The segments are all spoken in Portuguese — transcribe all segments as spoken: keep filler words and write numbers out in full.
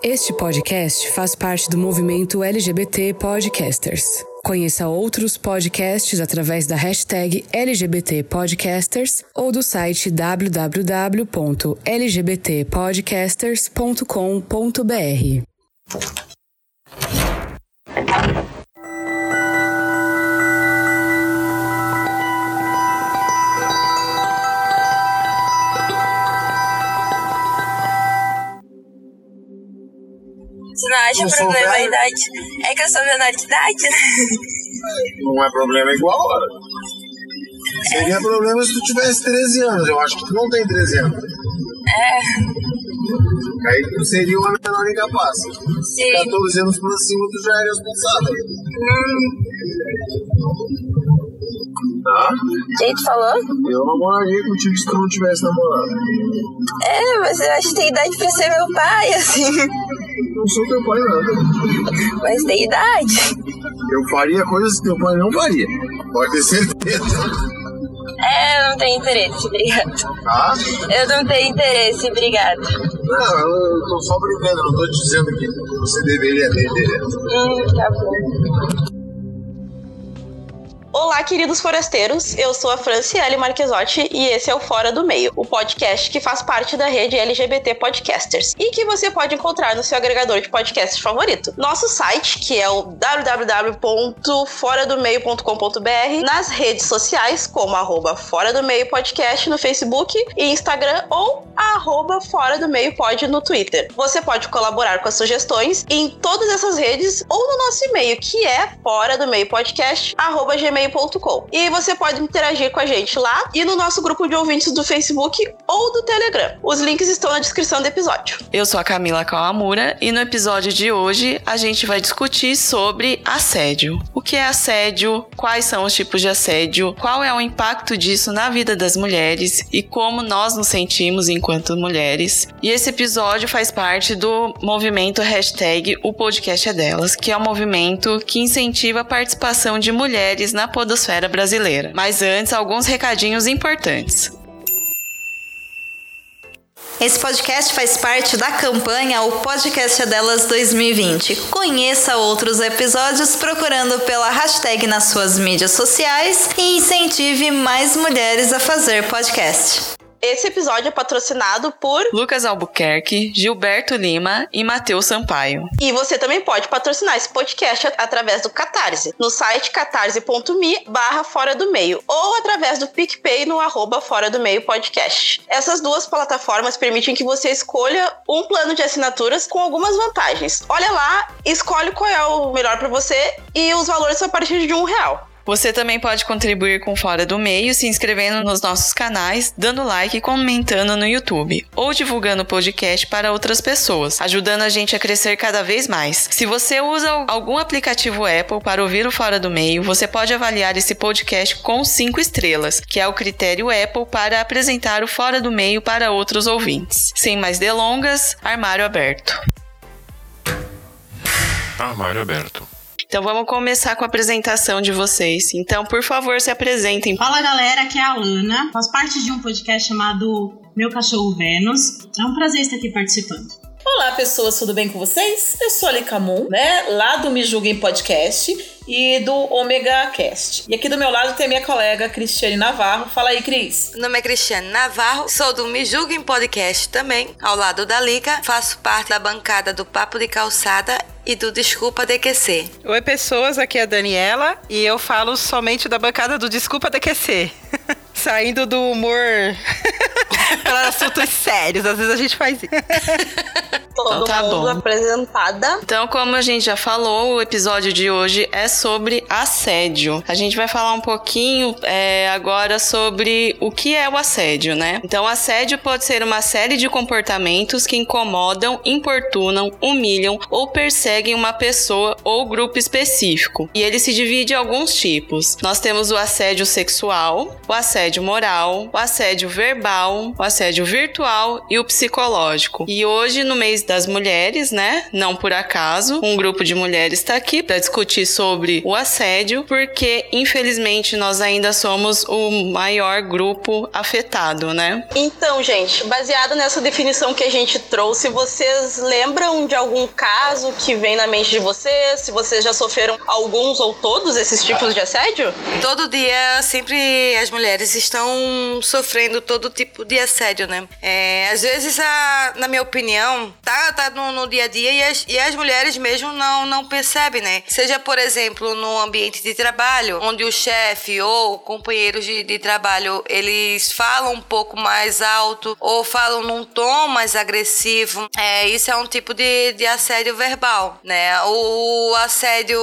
Este podcast faz parte do movimento L G B T Podcasters. Conheça outros podcasts através da hashtag L G B T Podcasters ou do site w w w ponto l g b t podcasters ponto com ponto b r. Você não acha não problema a idade? É que eu sou menor de idade, né? Não é problema igual agora. Seria problema se tu tivesse treze anos. Eu acho que tu não tem treze anos. É. Aí tu seria uma menor incapaz. Sim. catorze anos pra cima tu já é responsável. Hum. Tá? Quem tu falou? Eu namoraria contigo se tu não tivesse namorado. É, mas eu acho que tem idade pra ser meu pai, assim. Não sou teu pai nada. Mas tem idade. Eu faria coisas que teu pai não faria. Pode ter certeza. É, eu não tenho interesse, obrigado. Tá? Eu não tenho interesse, obrigado. Não, eu tô só brincando, não tô te dizendo que você deveria ter interesse. Hum, tá bom. Olá, queridos forasteiros, eu sou a Franciele Marquesotti e esse é o Fora do Meio, o podcast que faz parte da rede L G B T Podcasters e que você pode encontrar no seu agregador de podcasts favorito. Nosso site, que é o w w w ponto fora do meio ponto com ponto b r, nas redes sociais como arroba Fora do Meio Podcast no Facebook e Instagram ou arroba Fora do Meio Pod no Twitter. Você pode colaborar com as sugestões em todas essas redes ou no nosso e-mail, que é fora do meio podcast arroba gmail ponto com. E você pode interagir com a gente lá e no nosso grupo de ouvintes do Facebook ou do Telegram. Os links estão na descrição do episódio. Eu sou a Camila Kawamura e no episódio de hoje a gente vai discutir sobre assédio. O que é assédio? Quais são os tipos de assédio? Qual é o impacto disso na vida das mulheres e como nós nos sentimos enquanto mulheres? E esse episódio faz parte do movimento hashtag O Podcast é Delas, que é um movimento que incentiva a participação de mulheres na podosfera brasileira. Mas antes, alguns recadinhos importantes. Esse podcast faz parte da campanha O Podcast é Delas dois mil e vinte. Conheça outros episódios procurando pela hashtag nas suas mídias sociais e incentive mais mulheres a fazer podcast. Esse episódio é patrocinado por Lucas Albuquerque, Gilberto Lima e Matheus Sampaio. E você também pode patrocinar esse podcast através do Catarse, no site catarse ponto me barra Fora do Meio, ou através do PicPay no arroba Fora do Meio Podcast. Essas duas plataformas permitem que você escolha um plano de assinaturas com algumas vantagens. Olha lá, escolhe qual é o melhor para você e os valores são a partir de um real. Você também pode contribuir com Fora do Meio se inscrevendo nos nossos canais, dando like e comentando no YouTube, ou divulgando o podcast para outras pessoas, ajudando a gente a crescer cada vez mais. Se você usa algum aplicativo Apple para ouvir o Fora do Meio, você pode avaliar esse podcast com cinco estrelas, que é o critério Apple para apresentar o Fora do Meio para outros ouvintes. Sem mais delongas, armário aberto. Armário aberto. Então vamos começar com a apresentação de vocês. Então, por favor, se apresentem. Fala, galera, aqui é a Alana. Faço parte de um podcast chamado Meu Cachorro Vênus. É um prazer estar aqui participando. Olá, pessoas, tudo bem com vocês? Eu sou a Lika Moon, né? Lá do Me Julguem Podcast e do Omega Cast. E aqui do meu lado tem minha colega Cristiane Navarro. Fala aí, Cris. Meu nome é Cristiane Navarro, sou do Me Julguem Podcast também, ao lado da Lika. Faço parte da bancada do Papo de Calçada e do Desculpa D Q C. Oi, pessoas, aqui é a Daniela e eu falo somente da bancada do Desculpa D Q C. Saindo do humor para assuntos sérios, às vezes a gente faz isso. Todo então tá mundo bom. apresentada. Então, como a gente já falou, o episódio de hoje é sobre assédio. A gente vai falar um pouquinho é, agora sobre o que é o assédio, né? Então, assédio pode ser uma série de comportamentos que incomodam, importunam, humilham ou perseguem uma pessoa ou grupo específico. E ele se divide em alguns tipos. Nós temos o assédio sexual, o assédio assédio moral, o assédio verbal, o assédio virtual e o psicológico. E hoje, no mês das mulheres, né, não por acaso, um grupo de mulheres está aqui para discutir sobre o assédio, porque infelizmente nós ainda somos o maior grupo afetado, né? Então, gente, baseado nessa definição que a gente trouxe, vocês lembram de algum caso que vem na mente de vocês? Se vocês já sofreram alguns ou todos esses tipos de assédio? Todo dia, sempre as mulheres estão sofrendo todo tipo de assédio, né? É, às vezes, a, na minha opinião, tá, tá no, no dia a dia e as, e as mulheres mesmo não, não percebem, né? Seja, por exemplo, no ambiente de trabalho, onde o chefe ou companheiros de, de trabalho, eles falam um pouco mais alto ou falam num tom mais agressivo. É, isso é um tipo de, de assédio verbal, né? O assédio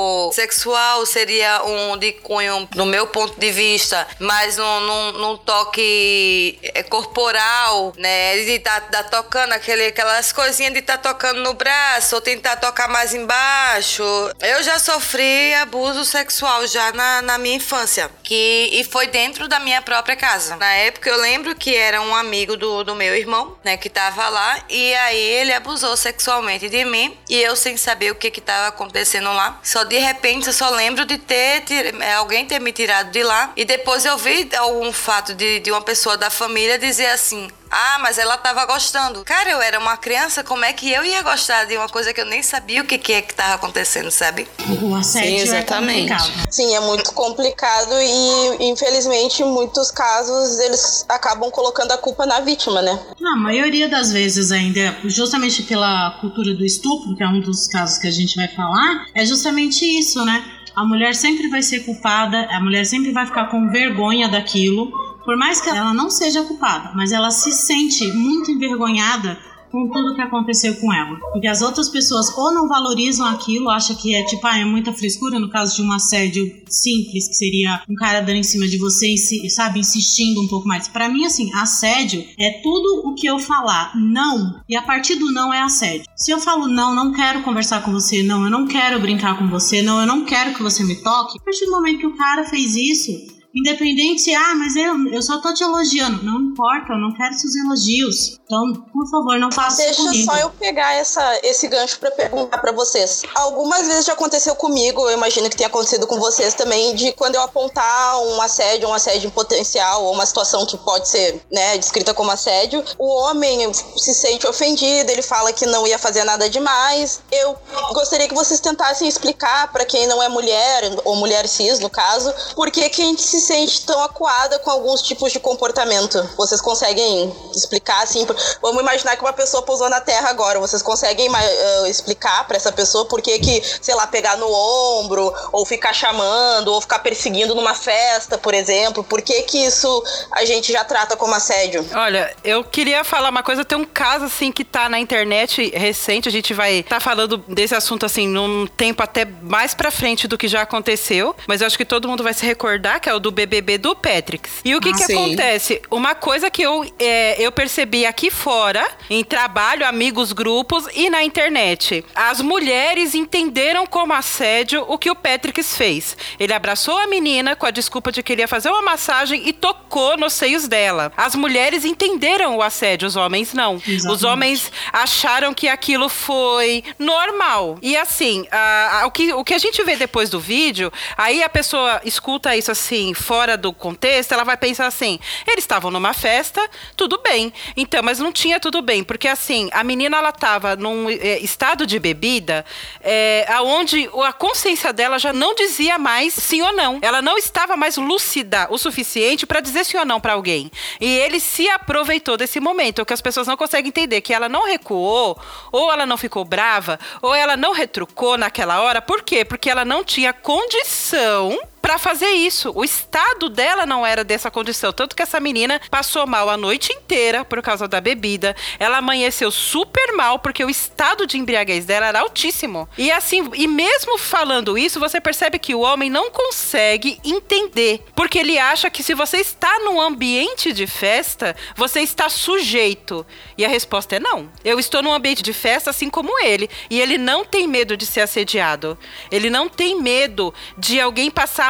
sexual seria um de cunho, no meu ponto de vista, mais num, num, num toque corporal, né? De tá, tá tocando aquele, aquelas coisinhas de estar tá tocando no braço ou tentar tocar mais embaixo. Eu já sofri abuso sexual já na, na minha infância, que, e foi dentro da minha própria casa. Na época eu lembro que era um amigo do, do meu irmão, né, que tava lá, e aí ele abusou sexualmente de mim, e eu sem saber o que que tava acontecendo lá. Só de repente eu só lembro de ter, ter alguém ter me tirado de lá, e depois eu vi algum fato de, de uma pessoa da família dizer assim: ah, mas ela tava gostando. Cara, eu era uma criança, como é que eu ia gostar de uma coisa que eu nem sabia o que, que é que tava acontecendo, sabe? O assédio Sim, exatamente. é complicado. Sim, é muito complicado e, infelizmente, em muitos casos, eles acabam colocando a culpa na vítima, né? Na maioria das vezes ainda, justamente pela cultura do estupro, que é um dos casos que a gente vai falar, é justamente isso, né? A mulher sempre vai ser culpada, a mulher sempre vai ficar com vergonha daquilo, por mais que ela não seja culpada, mas ela se sente muito envergonhada com tudo que aconteceu com ela. Porque as outras pessoas ou não valorizam aquilo, acham que é tipo, ah, é muita frescura, no caso de um assédio simples, que seria um cara dando em cima de você, sabe, insistindo um pouco mais. Pra mim, assim, assédio é tudo o que eu falar não, e a partir do não é assédio. Se eu falo não, não quero conversar com você, não, eu não quero brincar com você, não, eu não quero que você me toque, a partir do momento que o cara fez isso, independente, ah, mas eu, eu só tô te elogiando. Não importa, eu não quero seus elogios. Então, por favor, não faça isso comigo. Deixa só eu pegar essa, esse gancho pra perguntar pra vocês. Algumas vezes já aconteceu comigo, eu imagino que tenha acontecido com vocês também, de quando eu apontar um assédio, um assédio em potencial, ou uma situação que pode ser, né, descrita como assédio, o homem se sente ofendido, ele fala que não ia fazer nada demais. Eu gostaria que vocês tentassem explicar pra quem não é mulher, ou mulher cis, no caso, por que que a gente se sente tão acuada com alguns tipos de comportamento. Vocês conseguem explicar, assim? Vamos imaginar que uma pessoa pousou na Terra agora. Vocês conseguem uh, explicar pra essa pessoa por que que, sei lá, pegar no ombro, ou ficar chamando, ou ficar perseguindo numa festa, por exemplo? Por que que isso a gente já trata como assédio? Olha, eu queria falar uma coisa. Tem um caso, assim, que tá na internet recente. A gente vai estar tá falando desse assunto, assim, num tempo até mais pra frente do que já aconteceu. Mas eu acho que todo mundo vai se recordar, que é o do B B B do Patrick. E o que ah, que sim. acontece? Uma coisa que eu, é, eu percebi aqui fora, em trabalho, amigos, grupos e na internet. As mulheres entenderam como assédio o que o Patrick fez. Ele abraçou a menina com a desculpa de que ele ia fazer uma massagem e tocou nos seios dela. As mulheres entenderam o assédio, os homens não. Exatamente. Os homens acharam que aquilo foi normal. E assim, a, a, o, que, o que a gente vê depois do vídeo, aí a pessoa escuta isso assim, fora do contexto, ela vai pensar assim, eles estavam numa festa, tudo bem. Então, mas não tinha tudo bem, porque assim, a menina, ela estava num é, estado de bebida, é, onde a consciência dela já não dizia mais sim ou não. Ela não estava mais lúcida o suficiente para dizer sim ou não para alguém. E ele se aproveitou desse momento, o que as pessoas não conseguem entender, que ela não recuou, ou ela não ficou brava, ou ela não retrucou naquela hora. Por quê? Porque ela não tinha condição para fazer isso. O estado dela não era dessa condição. Tanto que essa menina passou mal a noite inteira por causa da bebida. Ela amanheceu super mal porque o estado de embriaguez dela era altíssimo. E assim, e mesmo falando isso, você percebe que o homem não consegue entender. Porque ele acha que se você está num ambiente de festa, você está sujeito. E a resposta é não. Eu estou num ambiente de festa assim como ele. E ele não tem medo de ser assediado. Ele não tem medo de alguém passar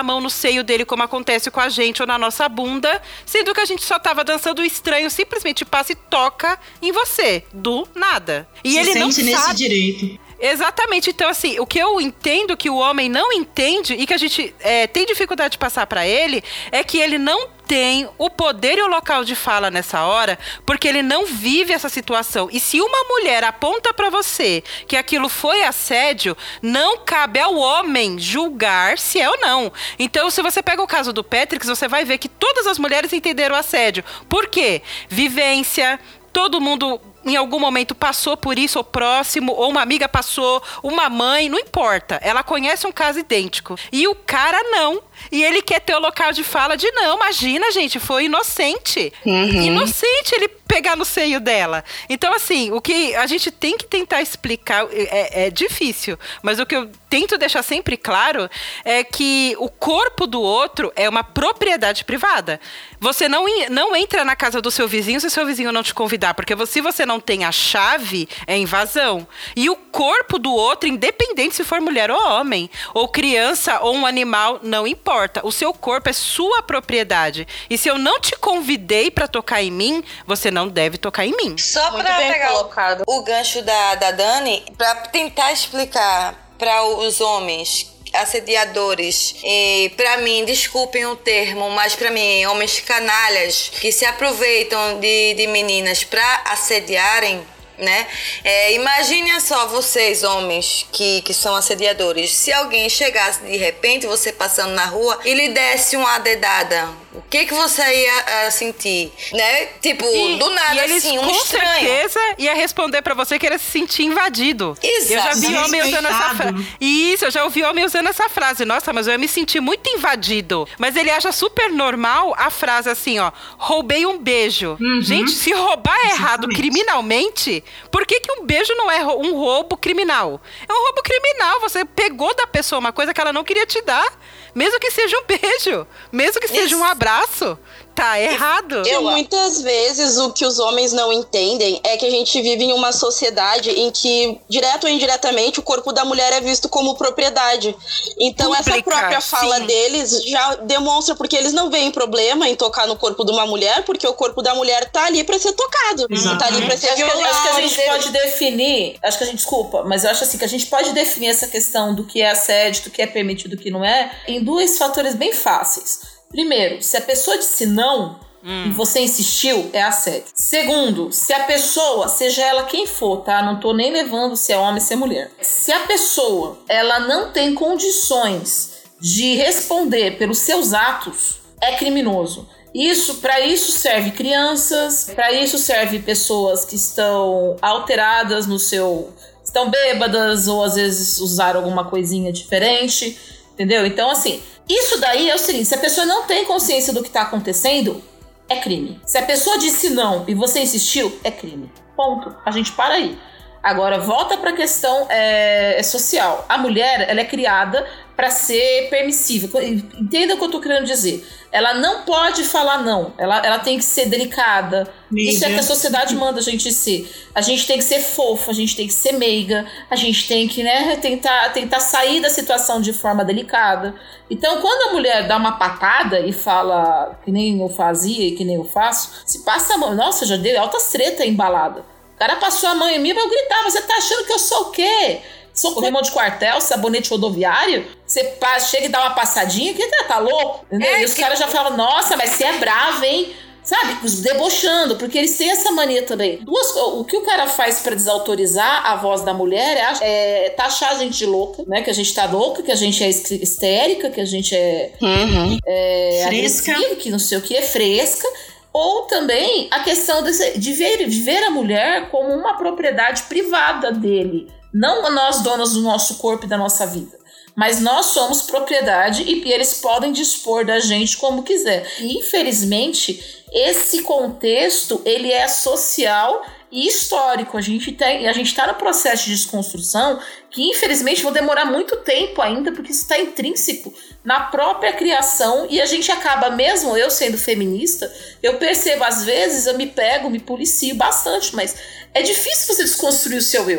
a mão no seio dele, como acontece com a gente, ou na nossa bunda, sendo que a gente só tava dançando, o estranho simplesmente passa e toca em você, do nada. E Se ele não sente nesse sabe... direito. Exatamente, então assim, o que eu entendo que o homem não entende e que a gente é, tem dificuldade de passar pra ele é que ele não tem o poder e o local de fala nessa hora, porque ele não vive essa situação. E se uma mulher aponta pra você que aquilo foi assédio, não cabe ao homem julgar se é ou não. Então, se você pega o caso do Patrick, você vai ver que todas as mulheres entenderam o assédio. Por quê? Vivência, todo mundo em algum momento passou por isso, ou próximo, ou uma amiga passou, uma mãe, não importa. Ela conhece um caso idêntico. E o cara não. E ele quer ter o local de fala de não, imagina, gente, foi inocente. Uhum. Inocente ele pegar no seio dela. Então, assim, o que a gente tem que tentar explicar é, é difícil, mas o que eu tento deixar sempre claro é que o corpo do outro é uma propriedade privada. Você não, não entra na casa do seu vizinho se o seu vizinho não te convidar, porque se você não tem a chave, é invasão. E o corpo do outro, independente se for mulher ou homem, ou criança ou um animal, não importa. O seu corpo é sua propriedade. E se eu não te convidei pra tocar em mim, você não deve tocar em mim. Só Muito pra pegar colocado. o gancho da, da Dani, pra tentar explicar para os homens assediadores, e para mim, desculpem o termo, mas para mim, homens canalhas que se aproveitam de, de meninas para assediarem, né? É, imaginem só vocês, homens que, que são assediadores, se alguém chegasse de repente, você passando na rua e lhe desse uma dedada, o que que você ia uh, sentir, né? Tipo, e, do nada, e eles, assim, um com estranho. Com certeza ia responder pra você que era se sentir invadido. Exato. Eu já vi homem usando essa frase. Isso, eu já ouvi homem usando essa frase. Nossa, mas eu ia me sentir muito invadido. Mas ele acha super normal a frase assim, ó, roubei um beijo. Uhum. Gente, se roubar é errado criminalmente, por que que um beijo não é um roubo criminal? É um roubo criminal, você pegou da pessoa uma coisa que ela não queria te dar. Mesmo que seja um beijo, mesmo que seja Isso. um abraço, tá errado. E muitas vezes o que os homens não entendem é que a gente vive em uma sociedade em que, direto ou indiretamente, o corpo da mulher é visto como propriedade. Então Pública, essa própria fala sim. deles já demonstra, porque eles não veem problema em tocar no corpo de uma mulher, porque o corpo da mulher tá ali pra ser tocado. Exatamente. Tá ali pra ser violado. Acho que a gente pode definir, acho que a gente, desculpa, mas eu acho assim que a gente pode definir essa questão do que é assédio, do que é permitido, do que não é, em dois fatores bem fáceis. Primeiro, se a pessoa disse não hum. e você insistiu, é assédio. Segundo, se a pessoa, seja ela quem for, tá? Não tô nem levando se é homem ou se é mulher. Se a pessoa, ela não tem condições de responder pelos seus atos, é criminoso. Isso, para isso serve crianças, para isso serve pessoas que estão alteradas no seu... estão bêbadas ou às vezes usaram alguma coisinha diferente, entendeu? Então, assim, isso daí é o seguinte, se a pessoa não tem consciência do que tá acontecendo, é crime. Se a pessoa disse não e você insistiu, é crime. Ponto. A gente para aí. Agora, volta para a questão é, é social. A mulher, ela é criada para ser permissiva. Entenda o que eu tô querendo dizer. Ela não pode falar não. Ela, ela tem que ser delicada. Mídia. Isso é que a sociedade manda a gente ser. A gente tem que ser fofa, a gente tem que ser meiga, a gente tem que, né, tentar, tentar sair da situação de forma delicada. Então, quando a mulher dá uma patada e fala que nem eu fazia e que nem eu faço, se passa a mão... Nossa, já deu altas treta embalada. O cara passou a mão em mim, mas eu gritava, você tá achando que eu sou o quê? Sou corrimão de quartel, sabonete rodoviário? Você passa, chega e dá uma passadinha, que tá louco? Entendeu? É, e os que... caras já falam, nossa, mas você é bravo, hein? Sabe? Debochando, porque eles têm essa mania também. Duas, o que o cara faz pra desautorizar a voz da mulher é, é taxar a gente de louca, né? Que a gente tá louca, que a gente é histérica, que a gente é, uhum. é agressiva, que não sei o que, é fresca. Ou também a questão de, de, ver, de ver a mulher como uma propriedade privada dele. Não nós donas do nosso corpo e da nossa vida. Mas nós somos propriedade e, e eles podem dispor da gente como quiser. E, infelizmente, esse contexto ele é social e histórico. A gente tem, a gente está no processo de desconstrução que, infelizmente, vai demorar muito tempo ainda, porque isso está intrínseco na própria criação e a gente acaba, mesmo eu sendo feminista, eu percebo, às vezes, eu me pego, me policio bastante, mas é difícil você desconstruir o seu eu.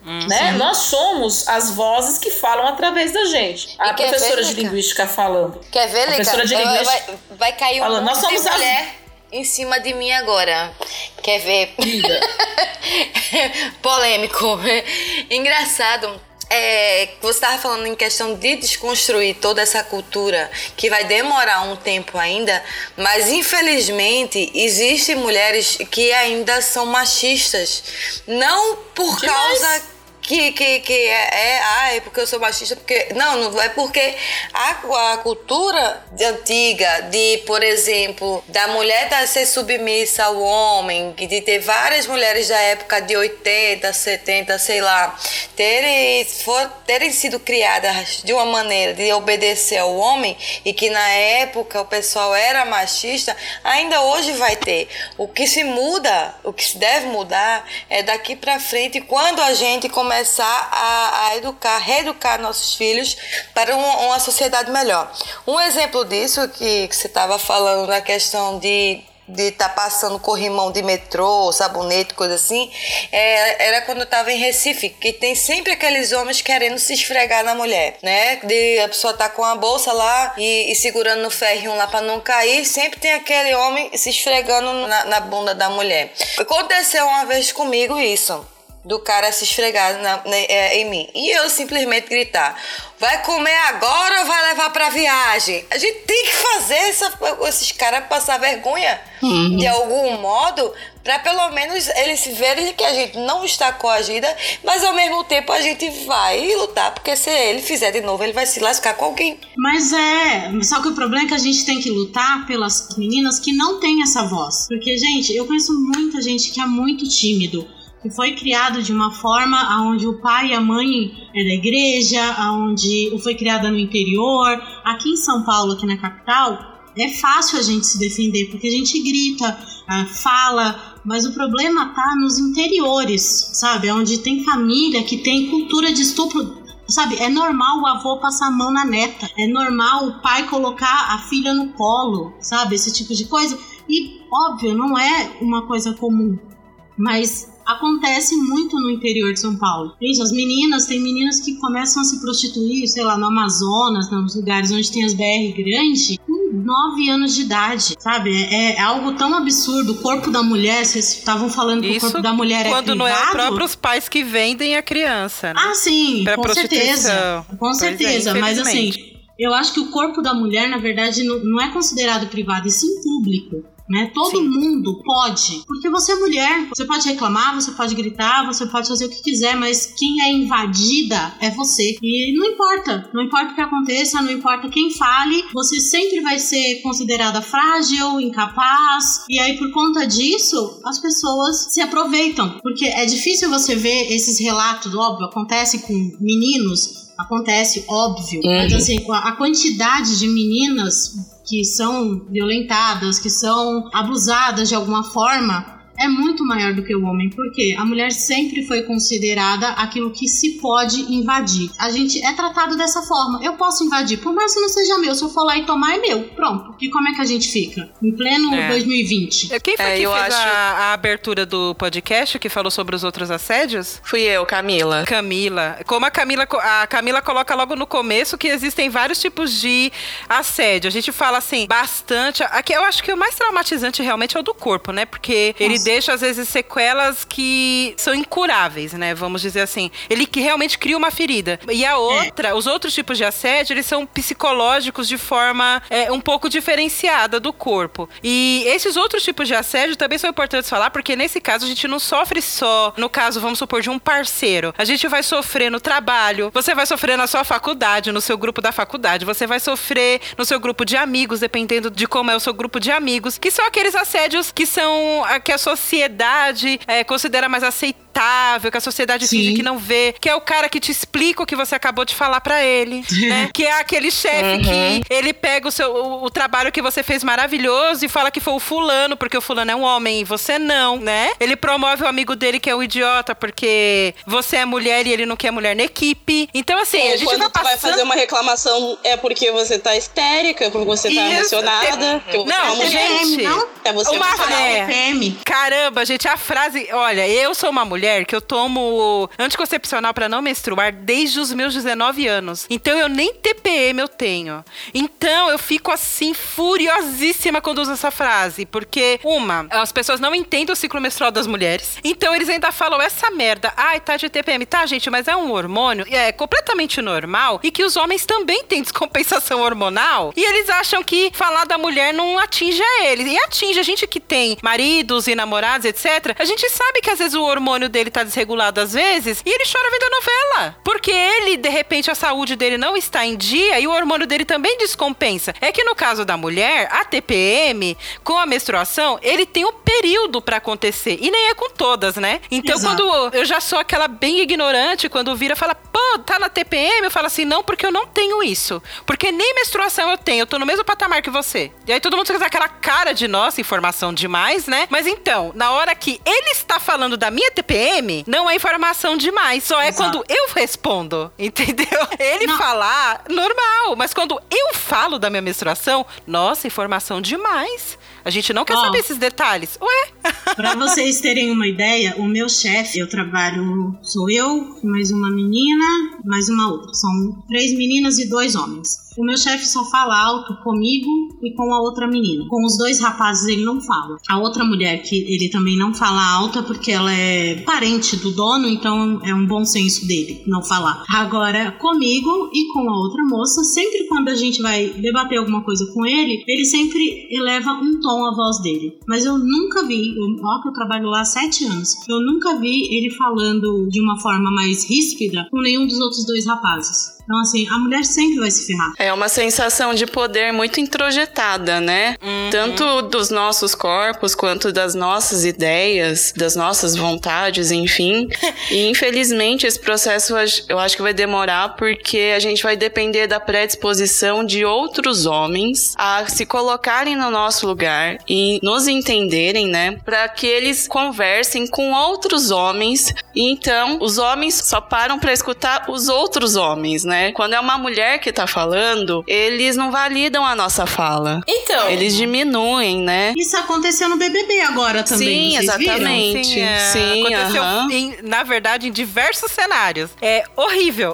Hum, né? Nós somos as vozes que falam através da gente. A professora ver, de linguística falando. Quer ver, Lica? A professora de linguística vai, vai cair um falando, nós somos de mulher as... em cima de mim agora. Quer ver? Polêmico. Engraçado. É, você estava falando em questão de desconstruir toda essa cultura, que vai demorar um tempo ainda, mas infelizmente existem mulheres que ainda são machistas, não por Demais. causa que, que, que é, é, ah, é porque eu sou machista, porque não, não é porque a, a cultura antiga de, por exemplo, da mulher da ser submissa ao homem, de ter várias mulheres da época de oitenta, setenta, sei lá, terem, for, terem sido criadas de uma maneira de obedecer ao homem, e que na época o pessoal era machista, ainda hoje vai ter. O que se muda, o que se deve mudar é daqui pra frente, quando a gente começa começar a, a educar, reeducar nossos filhos para uma, uma sociedade melhor. Um exemplo disso que, que você estava falando na questão de de estar tá passando corrimão de metrô, sabonete, coisa assim, é, era quando eu estava em Recife, que tem sempre aqueles homens querendo se esfregar na mulher, né? De a pessoa tá com a bolsa lá e, e segurando no ferrinho lá para não cair, sempre tem aquele homem se esfregando na, na bunda da mulher. Aconteceu uma vez comigo isso, do cara se esfregar na, na, é, em mim. E eu simplesmente gritar: vai comer agora ou vai levar pra viagem? A gente tem que fazer essa, esses caras passar vergonha uhum. de algum modo, pra pelo menos eles verem que a gente não está coagida, mas ao mesmo tempo a gente vai lutar, porque se ele fizer de novo, ele vai se lascar com alguém. Mas é, só que o problema é que a gente tem que lutar pelas meninas que não têm essa voz. Porque, gente, eu conheço muita gente que é muito tímido, que foi criado de uma forma onde o pai e a mãe é da igreja, onde foi criada no interior. Aqui em São Paulo, aqui na capital, é fácil a gente se defender, porque a gente grita, fala, mas o problema tá nos interiores, sabe? Onde tem família que tem cultura de estupro. Sabe, é normal o avô passar a mão na neta, é normal o pai colocar a filha no colo, sabe? Esse tipo de coisa. E, óbvio, não é uma coisa comum, mas acontece muito no interior de São Paulo. Gente, as meninas, tem meninas que começam a se prostituir, sei lá, no Amazonas, nos lugares onde tem as B R grandes, com nove anos de idade, sabe? É, é algo tão absurdo. O corpo da mulher, vocês estavam falando que isso o corpo da mulher é privado. Quando não é os próprios pais que vendem a criança, né? Ah, sim, pra com certeza. Com certeza, é, mas assim, eu acho que o corpo da mulher, na verdade, não, não é considerado privado, e sim público. Né? Todo Sim. mundo pode, porque você é mulher, você pode reclamar, você pode gritar, você pode fazer o que quiser, mas quem é invadida é você. E não importa, não importa o que aconteça, não importa quem fale, você sempre vai ser considerada frágil, incapaz, e aí por conta disso as pessoas se aproveitam, porque é difícil você ver esses relatos, óbvio, acontece com meninos, acontece, óbvio, uhum. mas assim, a quantidade de meninas que são violentadas, que são abusadas de alguma forma, é muito maior do que o homem, porque a mulher sempre foi considerada aquilo que se pode invadir. A gente é tratado dessa forma. Eu posso invadir, por mais que não seja meu. Se eu for lá e tomar, é meu. Pronto. E como é que a gente fica? Em pleno é. dois mil e vinte. Quem foi é, que fez acho... a, a abertura do podcast, que falou sobre os outros assédios? Fui eu, Camila. Camila. Como a Camila, a Camila coloca logo no começo que existem vários tipos de assédio. A gente fala assim, bastante... Aqui eu acho que o mais traumatizante realmente é o do corpo, né? Porque Nossa. ele deixa, às vezes, sequelas que são incuráveis, né? Vamos dizer assim. Ele que realmente cria uma ferida. E a outra, é. os outros tipos de assédio, eles são psicológicos de forma é, um pouco diferenciada do corpo. E esses outros tipos de assédio também são importantes falar, porque nesse caso a gente não sofre só, no caso, vamos supor, de um parceiro. A gente vai sofrer no trabalho, você vai sofrer na sua faculdade, no seu grupo da faculdade, você vai sofrer no seu grupo de amigos, dependendo de como é o seu grupo de amigos, que são aqueles assédios que são, que a sociedade É, considera mais aceitável, que a sociedade Sim. finge que não vê, que é o cara que te explica o que você acabou de falar pra ele, né? Que é aquele chefe uhum. que ele pega o, seu, o, o trabalho que você fez maravilhoso e fala que foi o fulano, porque o fulano é um homem e você não, né? Ele promove o amigo dele que é um idiota porque você é mulher e ele não quer mulher na equipe. Então, assim, Ou a gente quando vai tu passando... vai fazer uma reclamação é porque você tá histérica, porque você tá Isso. emocionada. É... Não, mulher, gente, não? É você uma é é... Caramba, gente, a frase... Olha, eu sou uma mulher mulher que eu tomo anticoncepcional pra não menstruar desde os meus dezenove anos. Então eu nem T P M eu tenho. Então eu fico assim, furiosíssima quando uso essa frase. Porque, uma, as pessoas não entendem o ciclo menstrual das mulheres. Então eles ainda falam essa merda. Ai, tá de T P M. Tá, gente, mas é um hormônio. É completamente normal. E que os homens também têm descompensação hormonal. E eles acham que falar da mulher não atinge a eles. E atinge a gente que tem maridos e namorados, etcétera. A gente sabe que às vezes o hormônio dele tá desregulado às vezes. E ele chora vendo a novela. Porque ele, de repente, a saúde dele não está em dia e o hormônio dele também descompensa. É que no caso da mulher, a T P M, com a menstruação, ele tem um período pra acontecer. E nem é com todas, né? Então, Exato. Quando eu já sou aquela bem ignorante, quando vira, fala, pô, tá na T P M? Eu falo assim, não, porque eu não tenho isso. Porque nem menstruação eu tenho, eu tô no mesmo patamar que você. E aí todo mundo fica aquela cara de, nossa, informação demais, né? Mas então, na hora que ele está falando da minha T P M, não é informação demais, só é Exato. Quando eu respondo, entendeu? Ele não. Falar, normal, mas quando eu falo da minha menstruação, nossa, informação demais. A gente não quer oh, saber esses detalhes. Ué? Pra vocês terem uma ideia, o meu chefe, eu trabalho, sou eu, mais uma menina, mais uma outra. São três meninas e dois homens. O meu chefe só fala alto comigo e com a outra menina. Com os dois rapazes ele não fala. A outra mulher que ele também não fala alto é porque ela é parente do dono, então é um bom senso dele não falar. Agora, comigo e com a outra moça, sempre quando a gente vai debater alguma coisa com ele, ele sempre eleva um tom a voz dele. Mas eu nunca vi, eu, ó que eu trabalho lá há sete anos, eu nunca vi ele falando de uma forma mais ríspida com nenhum dos outros dois rapazes. Então, assim, a mulher sempre vai se ferrar. É uma sensação de poder muito introjetada, né? Uhum. Tanto dos nossos corpos, quanto das nossas ideias, das nossas vontades, enfim. E, infelizmente, esse processo eu acho que vai demorar porque a gente vai depender da predisposição de outros homens a se colocarem no nosso lugar e nos entenderem, né? Para que eles conversem com outros homens. E, então, os homens só param para escutar os outros homens, né? Quando é uma mulher que tá falando, eles não validam a nossa fala. Então. Eles diminuem, né? Isso aconteceu no B B B agora também. Sim, exatamente. Sim, é, Sim, aconteceu, uh-huh. em, na verdade, em diversos cenários. É horrível.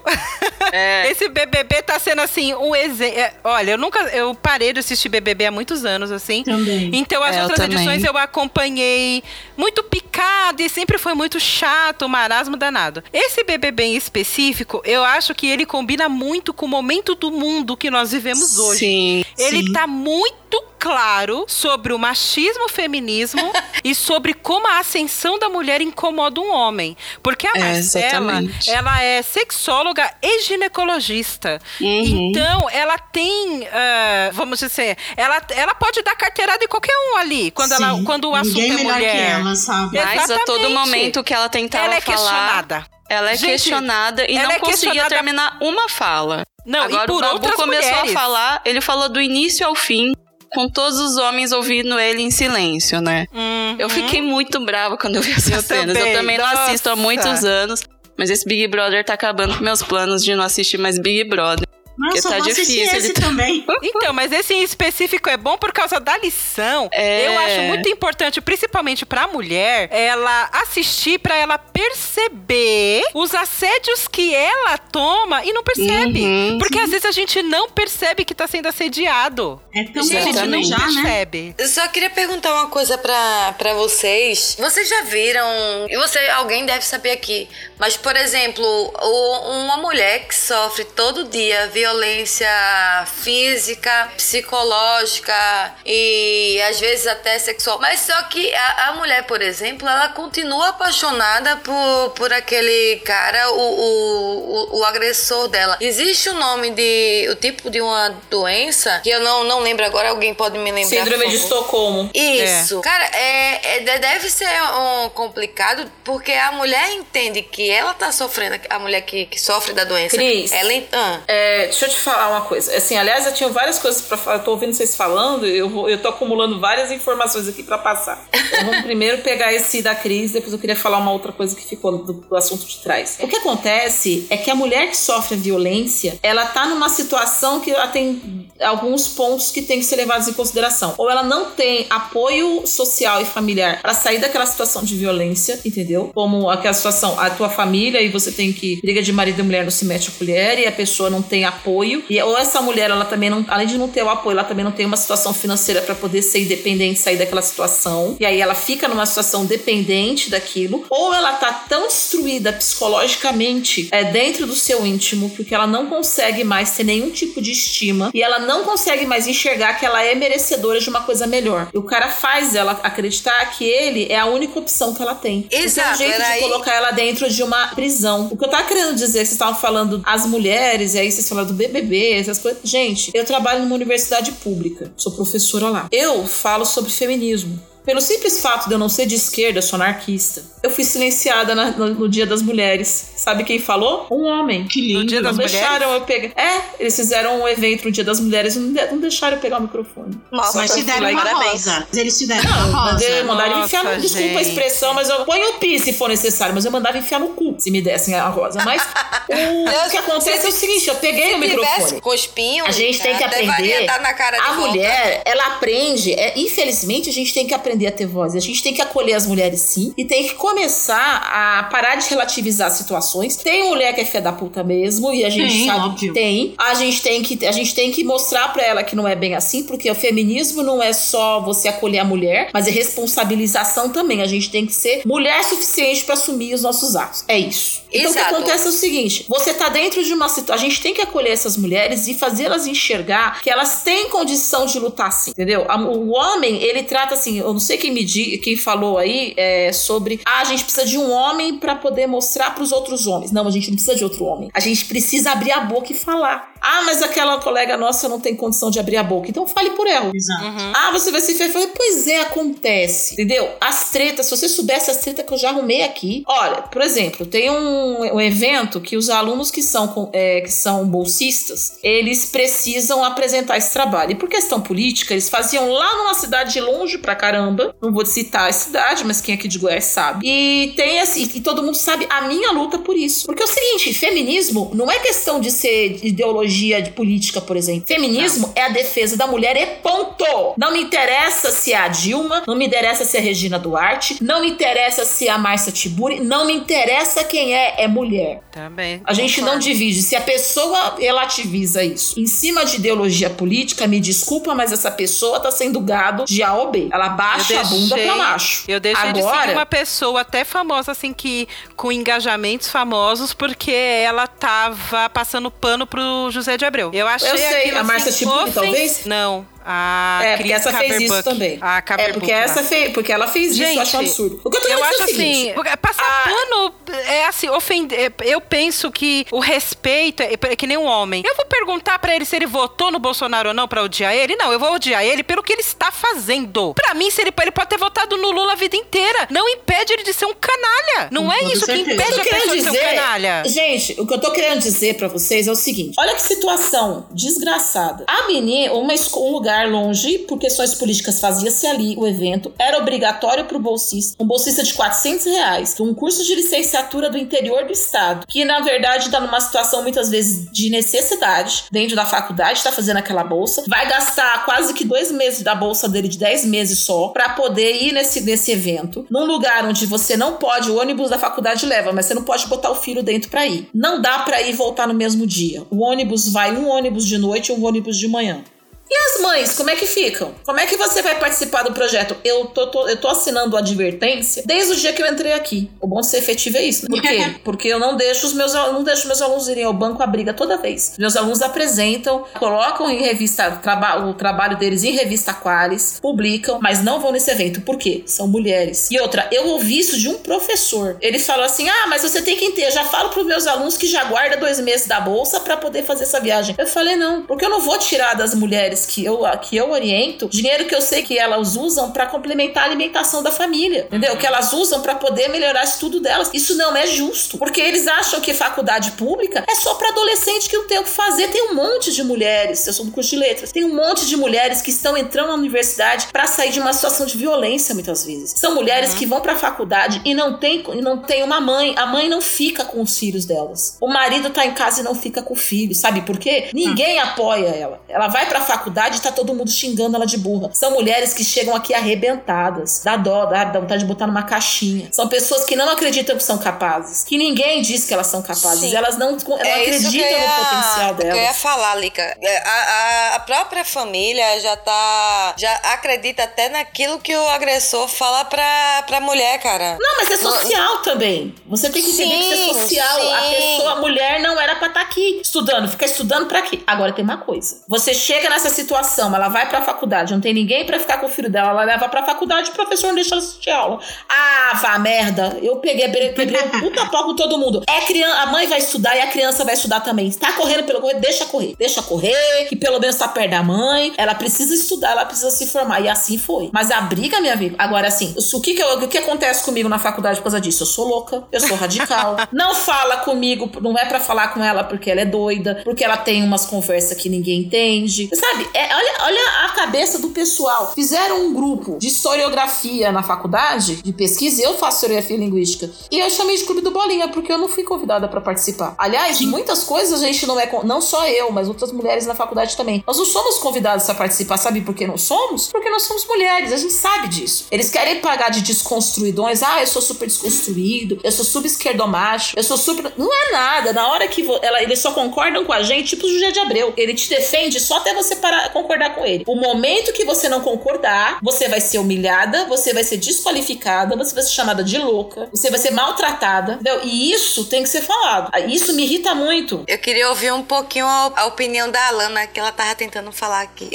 É. Esse B B B tá sendo assim um exemplo. É, olha, eu nunca. Eu parei de assistir B B B há muitos anos, assim. Também. Então as é, outras eu edições eu acompanhei muito picado e sempre foi muito chato, um marasmo danado. Esse B B B em específico, eu acho que ele combina muito com o momento do mundo que nós vivemos hoje. Sim, ele sim. tá muito claro sobre o machismo, o feminismo e sobre como a ascensão da mulher incomoda um homem. Porque a é, Marcela, ela é sexóloga e ginecologista. Uhum. Então, ela tem, uh, vamos dizer, ela, ela pode dar carteirada em qualquer um ali, quando, ela, quando o assunto Ninguém é mulher. Que ela, sabe? Mas a todo momento que ela tentava ela é falar... questionada. Ela é Gente, questionada e não é conseguia questionada... terminar uma fala. Não, Agora e por o Babu outras começou mulheres. a falar, ele falou do início ao fim, com todos os homens ouvindo ele em silêncio, né? Uhum. Eu fiquei muito brava quando eu vi essas eu cenas. Também. Eu também não Nossa. assisto há muitos anos, mas esse Big Brother tá acabando com meus planos de não assistir mais Big Brother. Mas eu só tá vou assistir difícil, esse ele tá... também. Então, mas esse em específico é bom por causa da lição. É... Eu acho muito importante, principalmente pra mulher, ela assistir pra ela perceber os assédios que ela toma e não percebe. Uhum, Porque sim. às vezes a gente não percebe que tá sendo assediado. É tão A gente não já, percebe. né? Eu só queria perguntar uma coisa pra, pra vocês. Vocês já viram, e você, alguém deve saber aqui, mas, por exemplo, o, uma mulher que sofre todo dia violência física, psicológica e às vezes até sexual, mas só que a, a mulher, por exemplo, ela continua apaixonada por, por aquele cara, o, o, o, o agressor dela. Existe o nome de, o tipo de uma doença, que eu não, não lembro agora, alguém pode me lembrar? Síndrome de Estocolmo. Isso. É. Cara, é, é, deve ser um complicado, porque a mulher entende que ela tá sofrendo, a mulher que, que sofre da doença. Cris, ela, ah. é, deixa eu te falar uma coisa. Assim, aliás, eu tinha várias coisas pra falar. Eu tô ouvindo vocês falando, eu, vou, eu tô acumulando várias informações aqui pra passar. Então vamos primeiro pegar esse da Cris, depois eu queria falar uma outra coisa que ficou do, do assunto de trás. O que acontece é que a mulher que sofre a violência, ela tá numa situação que ela tem alguns pontos que tem que ser levados em consideração. Ou ela não tem apoio social e familiar para sair daquela situação de violência, entendeu? Como aquela situação, a tua família e você tem que, briga de marido e mulher não se mete a colher e a pessoa não tem apoio. E, ou essa mulher, ela também não, além de não ter o apoio, ela também não tem uma situação financeira para poder ser independente, sair daquela situação. E aí ela fica numa situação dependente daquilo. Ou ela tá tão destruída psicologicamente é, dentro do seu íntimo, porque ela não consegue mais ter nenhum tipo de estima e ela não consegue mais enxergar que ela é merecedora de uma coisa melhor. E o cara faz ela acreditar que ele é a única opção que ela tem. Exato. É um jeito de aí... colocar ela dentro de uma prisão. O que eu tava querendo dizer, vocês estavam falando as mulheres, e aí vocês falaram do B B B, essas coisas. Gente, eu trabalho numa universidade pública, sou professora lá. Eu falo sobre feminismo. Pelo simples fato de eu não ser de esquerda, eu sou anarquista. Eu fui silenciada na, no, no Dia das Mulheres. Sabe quem falou? Um homem. Que lindo. No Dia das não deixaram Mulheres? eu pegar. É, eles fizeram um evento no Dia das Mulheres e não, de, não deixaram eu pegar o microfone. Nossa, mas te deram uma parabéns. rosa. Eles te deram Não, uma rosa. eu mandaram Nossa, enfiar no... Desculpa gente. a expressão, mas eu ponho o pi se for necessário, mas eu mandava enfiar no cu se me dessem a rosa. Mas o, o que acontece é o seguinte, eu peguei o microfone. Com espinho, A gente tem que até aprender. valia dar na cara de A volta. mulher, ela aprende. É, infelizmente, a gente tem que aprender a ter voz. A gente tem que acolher as mulheres, sim. E tem que começar a parar de relativizar situações. Tem mulher que é fé da puta mesmo. E a gente Tem, sabe óbvio. que tem. A gente tem que, a gente tem que mostrar pra ela que não é bem assim. Porque o feminismo não é só você acolher a mulher, mas é responsabilização também. A gente tem que ser mulher suficiente pra assumir os nossos atos. É isso. Então Exato. o que acontece é o seguinte. Você tá dentro de uma situação. A gente tem que acolher essas mulheres e fazê-las enxergar que elas têm condição de lutar sim. Entendeu? O homem, ele trata assim. Eu não sei quem me di, quem falou aí é, sobre ah, a gente precisa de um homem pra poder mostrar pros outros homens. Não, a gente não precisa de outro homem. A gente precisa abrir a boca e falar. Ah, mas aquela colega nossa não tem condição de abrir a boca. Então fale por ela. Exato. Uhum. Ah, você vai se ferrar. Pois é, acontece. Entendeu? As tretas, se você soubesse as tretas que eu já arrumei aqui. Olha, por exemplo, tem um, um evento que os alunos que são, é, que são bolsistas, eles precisam apresentar esse trabalho. E por questão política, eles faziam lá numa cidade longe pra caramba. Não vou citar a cidade, mas quem aqui de Goiás sabe. E tem assim, e todo mundo sabe a minha luta por isso. Porque é o seguinte, feminismo não é questão de ser ideologia de política, por exemplo. Feminismo não. É a defesa da mulher e ponto. Não me interessa se é a Dilma, não me interessa se é a Regina Duarte, não me interessa se é a Márcia Tiburi, não me interessa quem é, é mulher. Também. A gente não divide. Se a pessoa relativiza isso em cima de ideologia política, me desculpa, mas essa pessoa tá sendo gado de A ou B. Ela baixa Eu a bunda deixei- pra baixo. Eu deixei de Agora, seguir uma pessoa até famosa, assim, que com engajamentos famosos, porque ela tava passando pano pro José de Abreu. Eu achei Eu sei, aquilo, a Márcia assim, Tiburi, ofen- talvez? Não. A É, Cris porque essa fez isso Caverbuck. também. A É, Caverbuck porque lá. essa fez, porque ela fez isso, Gente, eu acho um absurdo. O que eu tô Eu dizendo acho é o seguinte, assim, porque passar a- pano é assim, ofender. Eu penso que o respeito é é que nem um homem. Eu vou perguntar pra ele se ele votou no Bolsonaro ou não pra odiar ele? Não, eu vou odiar ele pelo que ele está fazendo. Pra mim, se ele, ele pode ter votado no Lula a vida inteira. Não impede ele de ser um canalha. Não Com é toda isso certeza. que impede eu a tô querendo pessoa de ser um dizer, canalha. gente, o que eu tô querendo dizer pra vocês é o seguinte: olha que situação desgraçada. A menina, uma, esco- um lugar longe, por questões políticas, fazia-se ali o evento, era obrigatório pro bolsista, um bolsista de quatrocentos reais, um curso de licenciatura do interior do estado, que na verdade tá numa situação muitas vezes de necessidade, dentro da faculdade, tá fazendo aquela bolsa, vai gastar quase que dois meses da bolsa dele, de dez meses só, pra poder ir nesse, nesse evento, num lugar onde você não pode, o ônibus da faculdade leva, mas você não pode botar o filho dentro pra ir. Não dá pra ir e voltar no mesmo dia. O ônibus vai um ônibus de noite e um ônibus de manhã. E as mães, como é que ficam? Como é que você vai participar do projeto? Eu tô, tô, eu tô assinando a advertência desde o dia que eu entrei aqui. O bom de ser efetivo é isso. Por quê? Porque eu não deixo os meus, não deixo meus alunos irem ao banco à briga toda vez. Meus alunos apresentam, colocam em revista traba, o trabalho deles em revista Qualis, publicam, mas não vão nesse evento. Por quê? São mulheres. E outra, eu ouvi isso de um professor. Ele falou assim, ah, mas você tem que ter. Eu já falo pros meus alunos que já guarda dois meses da bolsa pra poder fazer essa viagem. Eu falei, não, porque eu não vou tirar das mulheres mulheres que eu, que eu oriento, dinheiro que eu sei que elas usam pra complementar a alimentação da família, entendeu? Que elas usam pra poder melhorar o estudo delas. Isso não é justo, porque eles acham que faculdade pública é só pra adolescente que não tem o que fazer. Tem um monte de mulheres, eu sou do curso de letras, tem um monte de mulheres que estão entrando na universidade pra sair de uma situação de violência, muitas vezes. São mulheres uhum. que vão pra faculdade e não tem, e não tem uma mãe. A mãe não fica com os filhos delas. O marido tá em casa e não fica com o filho. Sabe por quê? Ninguém uhum. apoia ela. Ela vai pra faculdade e tá todo mundo xingando ela de burra. São mulheres que chegam aqui arrebentadas. Dá dó, dá, dá vontade de botar numa caixinha. São pessoas que não acreditam que são capazes. Que ninguém diz que elas são capazes. Sim. Elas não, elas não é acreditam ia, no potencial delas. Eu ia falar, Lica. A, a, a própria família já tá... Já acredita até naquilo que o agressor fala pra, pra mulher, cara. Não, mas é social no... também. Você tem que entender sim, que isso é social. Sim. A pessoa, a mulher não era pra estar aqui estudando. Fica estudando pra quê? Agora tem uma coisa. Você chega nessa situação, ela vai pra faculdade, não tem ninguém pra ficar com o filho dela, ela leva pra faculdade e o professor não deixa ela assistir aula. Ah, vá merda. Eu peguei, peguei um puta pau com todo mundo. É criança, a mãe vai estudar e a criança vai estudar também. Tá correndo pelo correr, deixa correr. Deixa correr, que pelo menos tá perto da mãe. Ela precisa estudar, ela precisa se formar. E assim foi. Mas a briga, minha amiga, agora assim, o que que, eu, o que acontece comigo na faculdade por causa disso? Eu sou louca, eu sou radical. Não fala comigo, não é pra falar com ela porque ela é doida, porque ela tem umas conversas que ninguém entende. Sabe, é, olha, olha a cabeça do pessoal. Fizeram um grupo de historiografia na faculdade, de pesquisa, eu faço historiografia linguística, e eu chamei de Clube do Bolinha, porque eu não fui convidada pra participar. Aliás, Sim. muitas coisas a gente não é, não só eu, mas outras mulheres na faculdade também. Nós não somos convidadas a participar, sabe por que não somos? Porque nós somos mulheres, a gente sabe disso. Eles querem pagar de desconstruidões, ah, eu sou super desconstruído, eu sou super esquerdomacho, eu sou super... Não é nada, na hora que vo... Ela, eles só concordam com a gente, tipo o José de Abreu. Ele te defende só até você parar, concordar com ele. O momento que você não concordar, você vai ser humilhada, você vai ser desqualificada, você vai ser chamada de louca, você vai ser maltratada, entendeu? E isso tem que ser falado. Isso me irrita muito. Eu queria ouvir um pouquinho a, a opinião da Alana, que ela tava tentando falar aqui.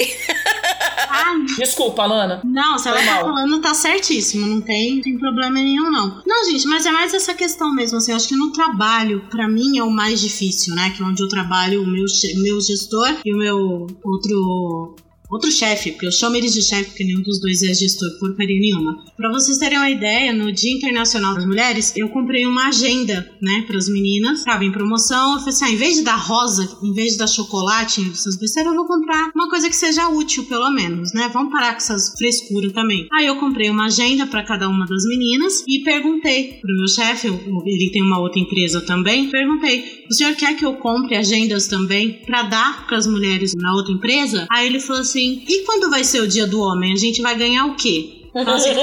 Ah, desculpa, Alana. Não, se ela tá falando, tá certíssimo. Não tem, não tem problema nenhum, não. Não, gente, mas é mais essa questão mesmo, assim, eu acho que no trabalho, pra mim, é o mais difícil, né? Que é onde eu trabalho, o meu, meu gestor e o meu outro... outro chefe, porque eu chamo eles de chefe porque nenhum dos dois é gestor, porcaria nenhuma. Pra vocês terem uma ideia, no Dia Internacional das Mulheres, eu comprei uma agenda, né, pras meninas, tava em promoção, eu falei assim, ah, em vez de dar rosa, em vez de dar chocolate, essas besteiras, eu vou comprar uma coisa que seja útil, pelo menos, né, vamos parar com essas frescuras também. Aí eu comprei uma agenda pra cada uma das meninas e perguntei pro meu chefe, ele tem uma outra empresa também, perguntei, o senhor quer que eu compre agendas também pra dar pras mulheres na outra empresa? Aí ele falou assim, e quando vai ser o dia do homem? A gente vai ganhar o quê? Assim,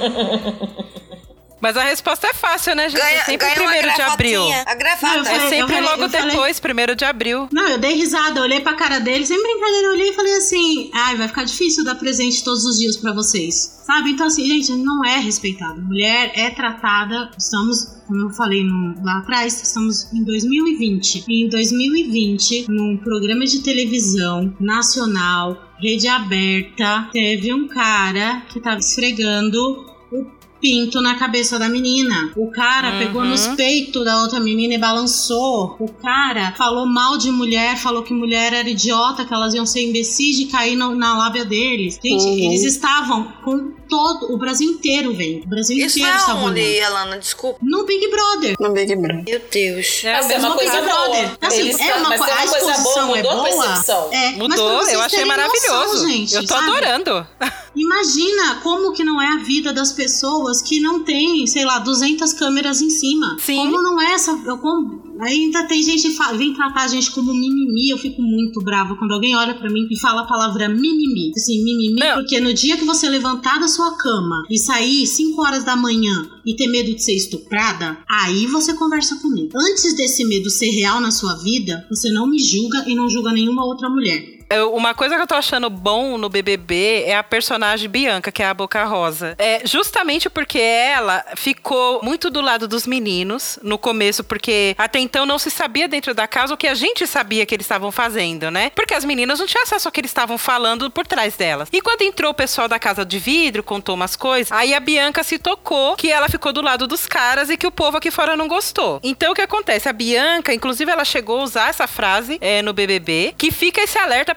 mas a resposta é fácil, né, gente? Ganha, é sempre primeiro de abril. A gravata. Não, falei, é sempre falei, logo depois, falei, primeiro de abril. Não, eu dei risada, eu olhei pra cara dele, sem brincadeira, eu olhei e falei assim, ai, vai ficar difícil dar presente todos os dias pra vocês. Sabe? Então, assim, gente, não é respeitado. Mulher é tratada, estamos, como eu falei no, lá atrás, estamos em dois mil e vinte. E em dois mil e vinte, num programa de televisão nacional, rede aberta, teve um cara que tava esfregando o pinto na cabeça da menina. O cara uhum. pegou nos peitos da outra menina e balançou. O cara falou mal de mulher, falou que mulher era idiota, que elas iam ser imbecis de cair no, na lábia deles. Gente, uhum. eles estavam com todo o Brasil inteiro, velho. O Brasil Isso inteiro estava onde, Alana? Desculpa. No Big Brother. No Big Brother. Meu Deus. É, mas é uma coisa boa. Assim, Eles é uma, mas co- é uma a coisa boa, mudou é boa. a percepção. É, mudou, eu achei maravilhoso. Noção, gente, eu tô sabe? adorando. Imagina como que não é a vida das pessoas que não tem, sei lá, duzentas câmeras em cima. Sim. Como não é essa... Eu, como, ainda tem gente que fala, vem tratar a gente como mimimi. Eu fico muito brava quando alguém olha pra mim e fala a palavra mimimi. Assim, mimimi, não. Porque no dia que você levantar da sua cama e sair cinco horas da manhã e ter medo de ser estuprada, aí você conversa comigo. Antes desse medo ser real na sua vida, você não me julga e não julga nenhuma outra mulher. Uma coisa que eu tô achando bom no B B B é a personagem Bianca, que é a Boca Rosa. É justamente porque ela ficou muito do lado dos meninos no começo, porque até então não se sabia dentro da casa o que a gente sabia que eles estavam fazendo, né? Porque as meninas não tinham acesso ao que eles estavam falando por trás delas. E quando entrou o pessoal da Casa de Vidro, contou umas coisas, aí a Bianca se tocou que ela ficou do lado dos caras e que o povo aqui fora não gostou. Então o que acontece? A Bianca, inclusive, ela chegou a usar essa frase é, no B B B, que fica esse alerta pra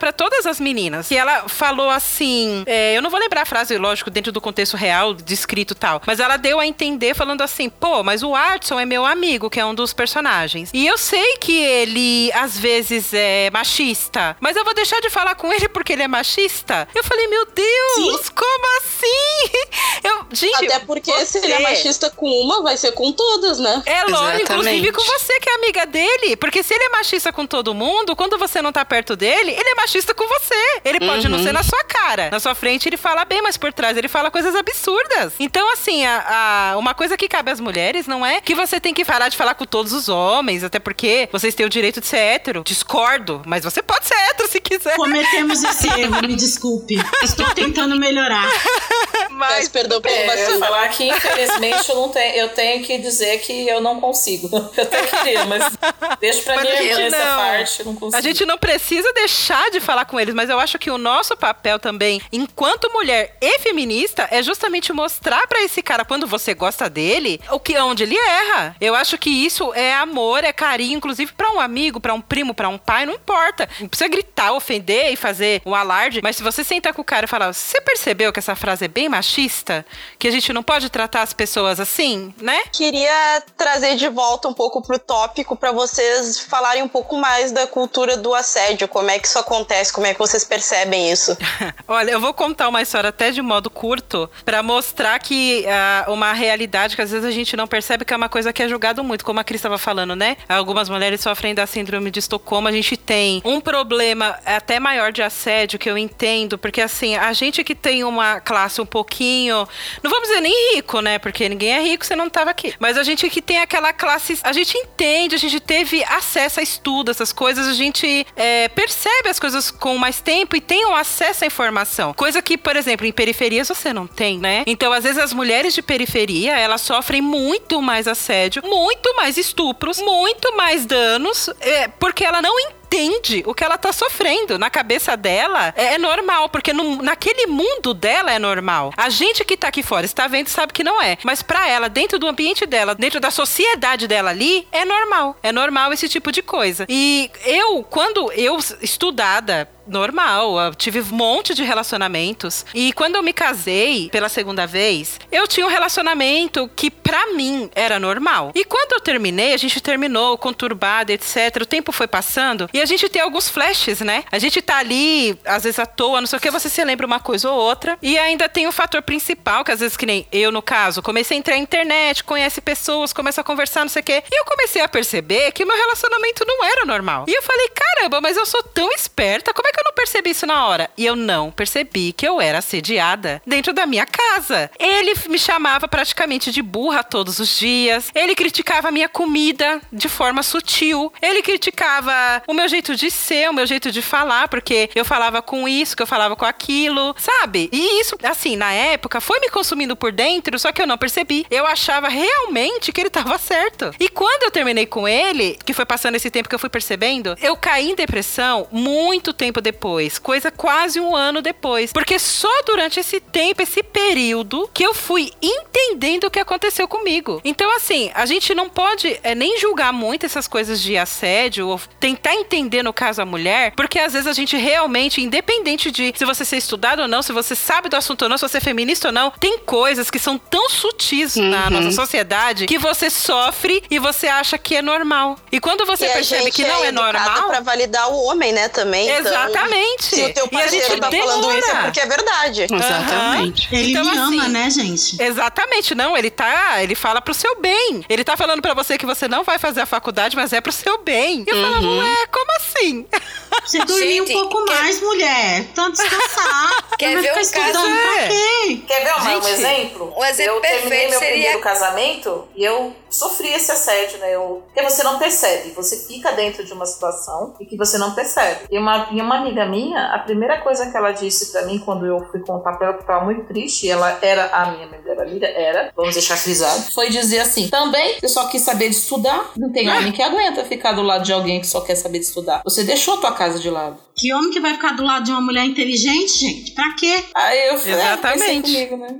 pra todas as meninas. E ela falou assim, é, eu não vou lembrar a frase, lógico, dentro do contexto real, descrito e tal, mas ela deu a entender falando assim, pô, mas o Watson é meu amigo, que é um dos personagens. E eu sei que ele, às vezes, é machista, mas eu vou deixar de falar com ele porque ele é machista? Eu falei, meu Deus, Sim. como assim? Eu, gente, Até porque você... se ele é machista com uma, vai ser com todas, né? É lógico, Exatamente. inclusive com você que é amiga dele, porque se ele é machista com todo mundo, quando você não tá perto dele, ele é machista com você. Ele pode Uhum. não ser na sua cara. Na sua frente ele fala bem, mas por trás ele fala coisas absurdas. Então, assim, a, a, uma coisa que cabe às mulheres não é que você tem que parar de falar com todos os homens, até porque vocês têm o direito de ser hétero. Discordo, mas você pode ser hétero se quiser. Cometemos esse erro, me desculpe. Estou tentando melhorar. Mas, Peço perdão pelo É, eu ia vacilo. falar que, infelizmente, eu, não tenho, eu tenho que dizer que eu não consigo. Eu até queria, mas deixa pra Mas minha a gente irmã essa não. parte, eu não consigo. A gente não precisa deixar de falar com eles, mas eu acho que o nosso papel também, enquanto mulher e feminista, é justamente mostrar pra esse cara, quando você gosta dele, o que, onde ele erra. Eu acho que isso é amor, é carinho, inclusive pra um amigo, pra um primo, pra um pai, não importa. Não precisa gritar, ofender e fazer um alarde, mas se você sentar com o cara e falar, você percebeu que essa frase é bem machista? Que a gente não pode tratar as pessoas assim, né? Queria trazer de volta um pouco pro tópico pra vocês falarem um pouco mais da cultura do assédio, como é que isso acontece, como é que vocês percebem isso. Olha, eu vou contar uma história até de modo curto pra mostrar que uh, uma realidade que às vezes a gente não percebe, que é uma coisa que é julgado muito, como a Cris estava falando, né? Algumas mulheres sofrem da síndrome de Estocolmo, a gente tem um problema até maior de assédio, que eu entendo, porque assim, a gente que tem uma classe um pouquinho, não vamos dizer nem rico, né? Porque ninguém é rico, você não tava aqui. Mas a gente que tem aquela classe, a gente entende, a gente teve acesso a estudo, essas coisas, a gente é, percebe as coisas com mais tempo e tem um acesso à informação. Coisa que, por exemplo, em periferias você não tem, né? Então, às vezes, as mulheres de periferia, elas sofrem muito mais assédio, muito mais estupros, muito mais danos, é, porque ela não entende entende o que ela tá sofrendo. Na cabeça dela é, é normal, porque no, naquele mundo dela é normal. A gente que tá aqui fora está vendo e sabe que não é. Mas pra ela, dentro do ambiente dela, dentro da sociedade dela ali, é normal. É normal esse tipo de coisa. E eu, quando eu estudada, normal, eu tive um monte de relacionamentos. E quando eu me casei pela segunda vez, eu tinha um relacionamento que pra mim era normal. E quando eu terminei, a gente terminou conturbado, etcétera. O tempo foi passando e a gente tem alguns flashes, né? A gente tá ali, às vezes à toa, não sei o que, você se lembra uma coisa ou outra. E ainda tem o fator principal, que às vezes, que nem eu, no caso, comecei a entrar na internet, conhece pessoas, começa a conversar, não sei o que. E eu comecei a perceber que meu relacionamento não era normal. E eu falei, caramba, mas eu sou tão esperta, como é que eu não percebi isso na hora? E eu não percebi que eu era assediada dentro da minha casa. Ele me chamava praticamente de burra todos os dias. Ele criticava a minha comida de forma sutil. Ele criticava o meu jeito de ser, o meu jeito de falar, porque eu falava com isso, que eu falava com aquilo, sabe? E isso, assim, na época, foi me consumindo por dentro, só que eu não percebi. Eu achava realmente que ele tava certo. E quando eu terminei com ele, que foi passando esse tempo que eu fui percebendo, eu caí em depressão muito tempo depois, coisa quase um ano depois, porque só durante esse tempo, esse período, que eu fui entendendo o que aconteceu comigo. Então, assim, a gente não pode é, nem julgar muito essas coisas de assédio, ou tentar entender, no caso, a mulher, porque às vezes a gente realmente, independente de se você ser estudado ou não, se você sabe do assunto ou não, se você é feminista ou não, tem coisas que são tão sutis uhum. na nossa sociedade que você sofre e você acha que é normal. E quando você e percebe que não é, é normal, pra validar o homem, né, também. Exatamente. Então, se o teu parceiro tá demora. falando isso é porque é verdade. Exatamente. Uhum. Ele então, me assim, ama, né, gente? Exatamente, não, ele tá, ele fala pro seu bem. Ele tá falando pra você que você não vai fazer a faculdade, mas é pro seu bem. E eu uhum. falava, ué, como assim? Você dormir um pouco quer... mais, mulher. Tanto descansar. Quer ver um caso? Pra quê? Quer ver Gente, um exemplo? Um exemplo eu perfeito terminei meu seria... primeiro casamento e eu sofri esse assédio, né? Eu... Porque você não percebe. Você fica dentro de uma situação e que você não percebe. E uma, e uma amiga minha, a primeira coisa que ela disse pra mim quando eu fui contar pra ela que eu tava muito triste, e ela era a minha melhor amiga, era, vamos deixar frisado, foi dizer assim, também, eu só quis saber de estudar, não tem homem que aguenta ficar do lado de alguém que só quer saber de estudar. Você deixou a tua casa de lado. Que homem que vai ficar do lado de uma mulher inteligente, gente? Pra quê? Aí eu falei, exatamente. É, comigo, né?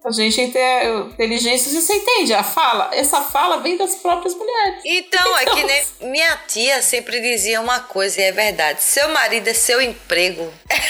A gente tem inteligência, você entende? A fala, essa fala vem das próprias mulheres. Então, é que nem minha tia sempre dizia uma coisa, e é verdade. Seu marido é seu emprego.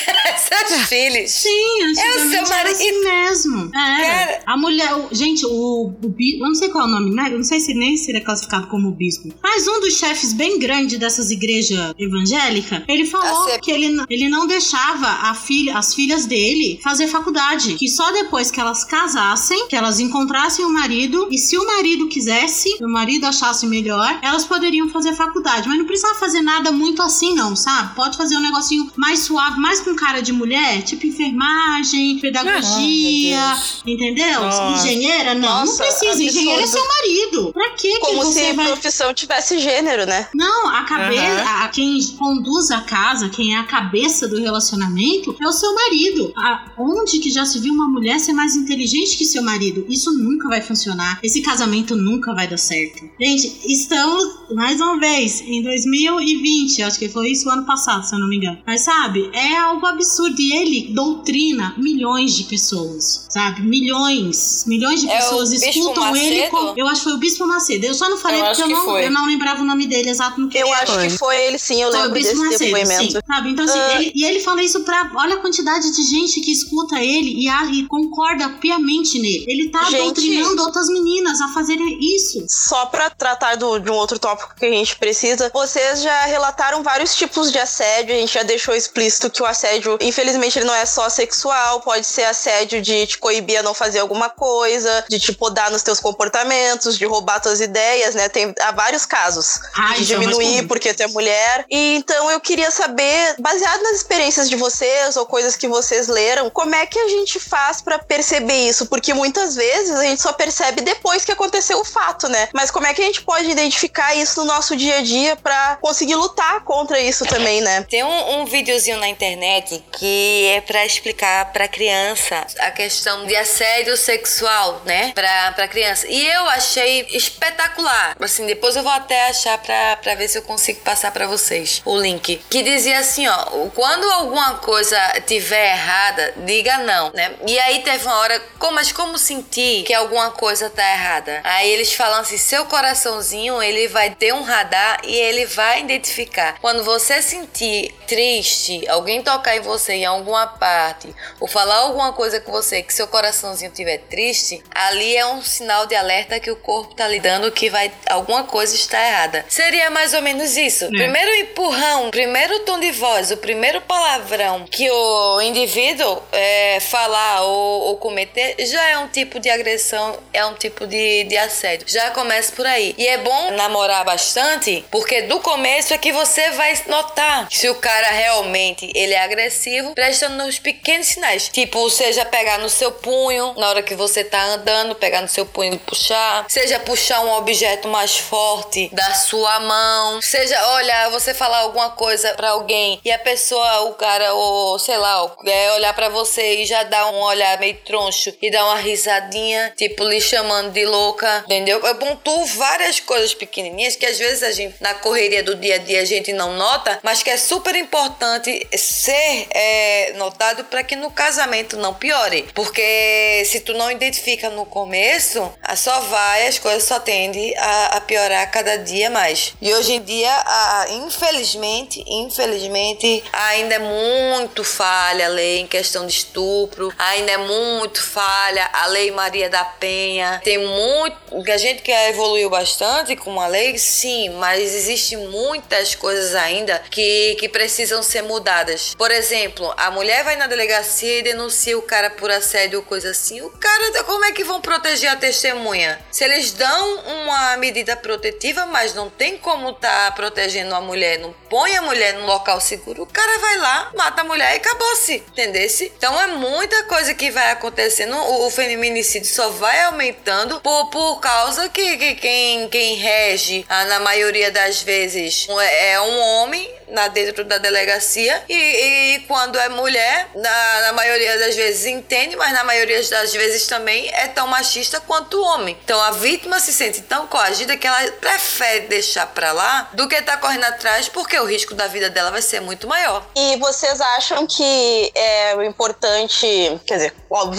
Seus filhos. Sim, é o seu marido. Assim mesmo. É. Cara, a mulher, o, gente, o, o bispo, eu não sei qual é o nome, né? Eu não sei se nem se ele é classificado como bispo. Mas um dos chefes bem grandes dessas igrejas evangélicas, ele falou que ele, ele não deixava a filha, as filhas dele fazer faculdade. Que só depois que elas casassem, que elas encontrassem o marido, e se o marido quisesse, o marido achasse melhor, elas poderiam fazer faculdade. Mas não precisava fazer nada muito assim, não, sabe? Pode fazer um negocinho mais suave, mais com cara de mulher, tipo enfermagem, pedagogia, ah, entendeu? Nossa. Engenheira, não, Nossa, não precisa. Absurdo. Engenheiro é seu marido. Pra quê Como que você se vai... profissão tivesse gênero, né? Não, a cabeça, uhum. a, quem conduz a casa, quem é a cabeça do relacionamento é o seu marido. A, onde que já se viu uma mulher ser mais inteligente que seu marido? Isso nunca vai funcionar. Esse casamento nunca vai dar certo. Gente, estamos, mais uma vez, em dois mil e vinte, acho que foi isso o ano passado, se eu não me engano. Mas sabe, é algo absurdo. E ele doutrina milhões de pessoas, sabe? Milhões. Milhões de é pessoas escutam Macedo? ele. Com, eu acho que foi o Bispo Macedo. Eu só não falei eu porque eu não, eu não lembrava o nome dele exato no que Eu era. acho que foi ele, sim. Eu foi lembro desse Macedo, depoimento. Sim, sabe? Então, assim, uh... ele, e ele fala isso pra... Olha a quantidade de gente que escuta ele e, a, e concorda piamente nele. Ele tá gente, doutrinando outras meninas a fazerem isso. Só pra tratar do, de um outro tópico que a gente precisa, vocês já relataram vários tipos de assédio. A gente já deixou explícito que o assédio, infelizmente, ele não é só sexual. Pode ser assédio de te coibir a não fazer alguma coisa, de te podar nos teus comportamentos, de roubar tuas ideias, né? Tem há vários casos. Ai, de diminuir porque tu é mulher. E então eu queria saber, baseado nas experiências de vocês ou coisas que vocês leram, como é que a gente faz pra perceber isso? Porque muitas vezes a gente só percebe depois que aconteceu o fato, né? Mas como é que a gente pode identificar isso no nosso dia a dia pra conseguir lutar contra isso também, né? Tem um, um videozinho na internet que é pra explicar pra criança a questão de assédio sexual, né? Pra, pra criança. E eu achei espetacular. Assim, depois eu vou até achar pra, pra ver se eu consigo passar pra vocês o link. Que dizia assim, ó, quando alguma coisa tiver errada, diga não, né? E aí teve uma hora, como, mas como sentir que alguma coisa tá errada? Aí eles falam assim, seu coraçãozinho, ele vai ter um radar e ele vai identificar. Quando você sentir triste, alguém tocar em você em alguma parte, ou falar alguma coisa com você, que seu coraçãozinho estiver triste, ali é um sinal de alerta que o corpo tá lhe dando que vai, alguma coisa está errada. Seria mais ou menos isso. É. Primeiro empurrão, primeiro tom de voz, o primeiro palavrão que o indivíduo é, falar ou, ou cometer, já é um tipo de agressão, é um tipo de, de assédio. Já começa por aí. E é bom namorar bastante, porque do começo é que você vai notar se o cara realmente ele é agressivo, prestando nos pequenos sinais. Tipo, seja pegar no seu punho, na hora que você tá andando, pegar no seu punho e puxar. Seja puxar um objeto mais forte da sua mão. Seja, olha, você falar alguma coisa pra alguém e a pessoa, o cara, ou sei lá, é olhar pra você e já dar um olhar meio troncho e dar uma risadinha, tipo, lhe chamando de louca, entendeu? Eu pontuo várias coisas pequenininhas que às vezes a gente, na correria do dia a dia, a gente não nota, mas que é super importante ser é, notado para que no casamento não piore. Porque se tu não identifica no começo, só vai, as coisas só tendem a, a piorar cada dia mais. E hoje em dia, a, infelizmente, infelizmente, ainda é muito falha a lei em questão de estupro, ainda é muito falha a lei Maria da Penha. Tem muito, a gente que evoluiu bastante com a lei, sim, mas existe muitas coisas ainda que, que precisam ser mudadas. Por exemplo, a mulher vai na delegacia e denuncia o cara por assédio ou coisa assim. O cara, como é que vão proteger a testemunha? Se eles dão uma medida protetiva, mas não tem como tá protegendo a mulher, não põe a mulher num local seguro, o cara vai lá, mata a mulher e acabou-se, entendesse? Então é muita coisa que vai acontecendo, o, o feminicídio só vai aumentando por, por causa que, que quem, quem rege, ah, na maioria das vezes, é um homem na, dentro da delegacia e, e quando é mulher, na, na maioria das vezes entende, mas na maioria das vezes também é tão machista quanto o homem. Então a vítima se sente tão coagida que ela prefere deixar pra lá do que tá correndo atrás, porque o risco da vida dela vai ser muito maior. E vocês acham que é importante, quer dizer, óbvio que vocês acham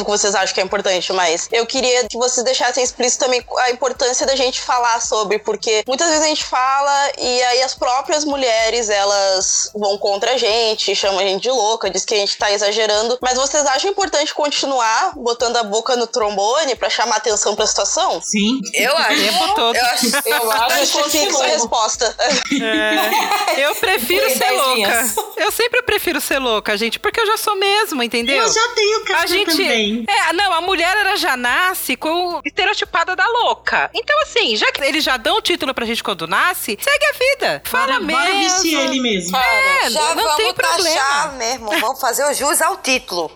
acho que é importante, mas eu queria que vocês deixassem explícito também a importância da gente falar sobre, porque muitas vezes a gente fala e aí as próprias mulheres, elas vão contra a gente, chamam a gente de louca, diz que a gente tá exagerando, mas vocês acham importante continuar botando a boca no trombone pra chamar atenção pra situação? Sim. Eu acho. Tempo todo. Eu acho. Eu acho que Justifique sua resposta. É, eu prefiro Tem ser louca. linhas. Eu sempre prefiro ser louca, gente, porque eu já sou mesmo, entendeu? Eu já tenho cara A gente, também. é, não, a mulher ela já nasce com estereotipada da louca. Então assim, já que eles já dão o título pra gente quando nasce, segue a vida. Fala Bora, mesmo. bora vestir ele mesmo. É, Já não vamos tem problema. taxar mesmo, vamos fazer o jus ao título.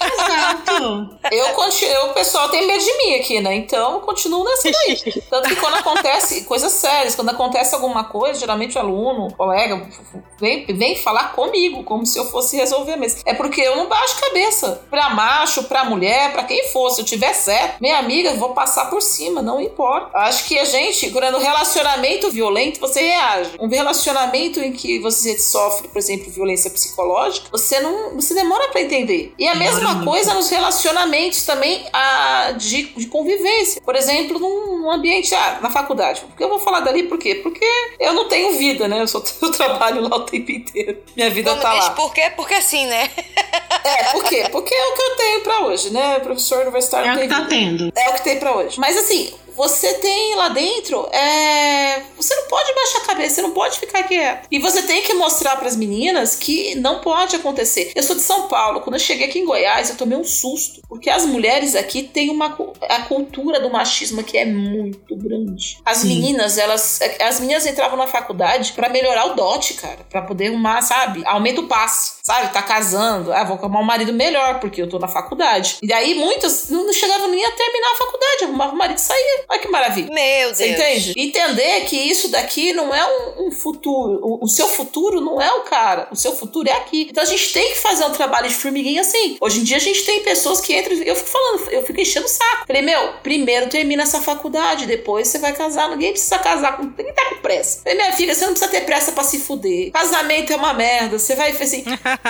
Exato. Eu continuo, o pessoal tem medo de mim aqui, né? Então eu continuo nessa daí. Tanto que quando acontece coisas sérias, quando acontece alguma coisa, geralmente o aluno, o colega, vem, vem falar comigo, como se eu fosse resolver mesmo. É porque eu não baixo cabeça. Pra macho, pra mulher, pra quem for. Se eu tiver certo, minha amiga, eu vou passar por cima, não importa. Acho que a gente, quando um relacionamento violento, você reage. Um relacionamento em que você sofre, por exemplo, violência psicológica, você não, você demora pra entender. E a mesma coisa nos relacionamentos também a, de, de convivência. Por exemplo, num, num ambiente, ah, na faculdade. Porque eu vou falar dali por quê? Porque eu não tenho vida, né? Eu, só, eu trabalho lá o tempo inteiro. Minha vida Como tá diz, lá. por quê? Porque assim, né? É, por quê? Porque é o que eu tenho pra hoje, né? Professor universitário É o tem que tá vida. tendo. É o que tem pra hoje. Mas assim, você tem lá dentro, é... você não pode baixar a cabeça, você não pode ficar quieto. E você tem que mostrar pras meninas que não pode acontecer. Eu sou de São Paulo, quando eu cheguei aqui em Goiás, eu tomei um susto. Porque as mulheres aqui têm uma... a cultura do machismo que é muito grande. As Sim. meninas, elas... As meninas entravam na faculdade pra melhorar o dote, cara. Pra poder arrumar, sabe? Aumenta o passe, sabe? Tá casando. Ah, vou arrumar um marido melhor, porque eu tô na faculdade. E daí muitas não chegavam nem a terminar a faculdade. Arrumavam o marido e saía. Olha que maravilha. Meu Deus. Você entende? Entender que isso daqui não é um, um futuro. O, o seu futuro não é o cara. O seu futuro é aqui. Então a gente tem que fazer um trabalho de formiguinha assim. Hoje em dia a gente tem pessoas que entram. Eu fico falando, eu fico enchendo o saco. Falei, meu, primeiro termina essa faculdade, depois você vai casar. Ninguém precisa casar com. Ninguém tá com pressa. Falei, minha filha, você não precisa ter pressa pra se fuder. Casamento é uma merda. Você vai assim.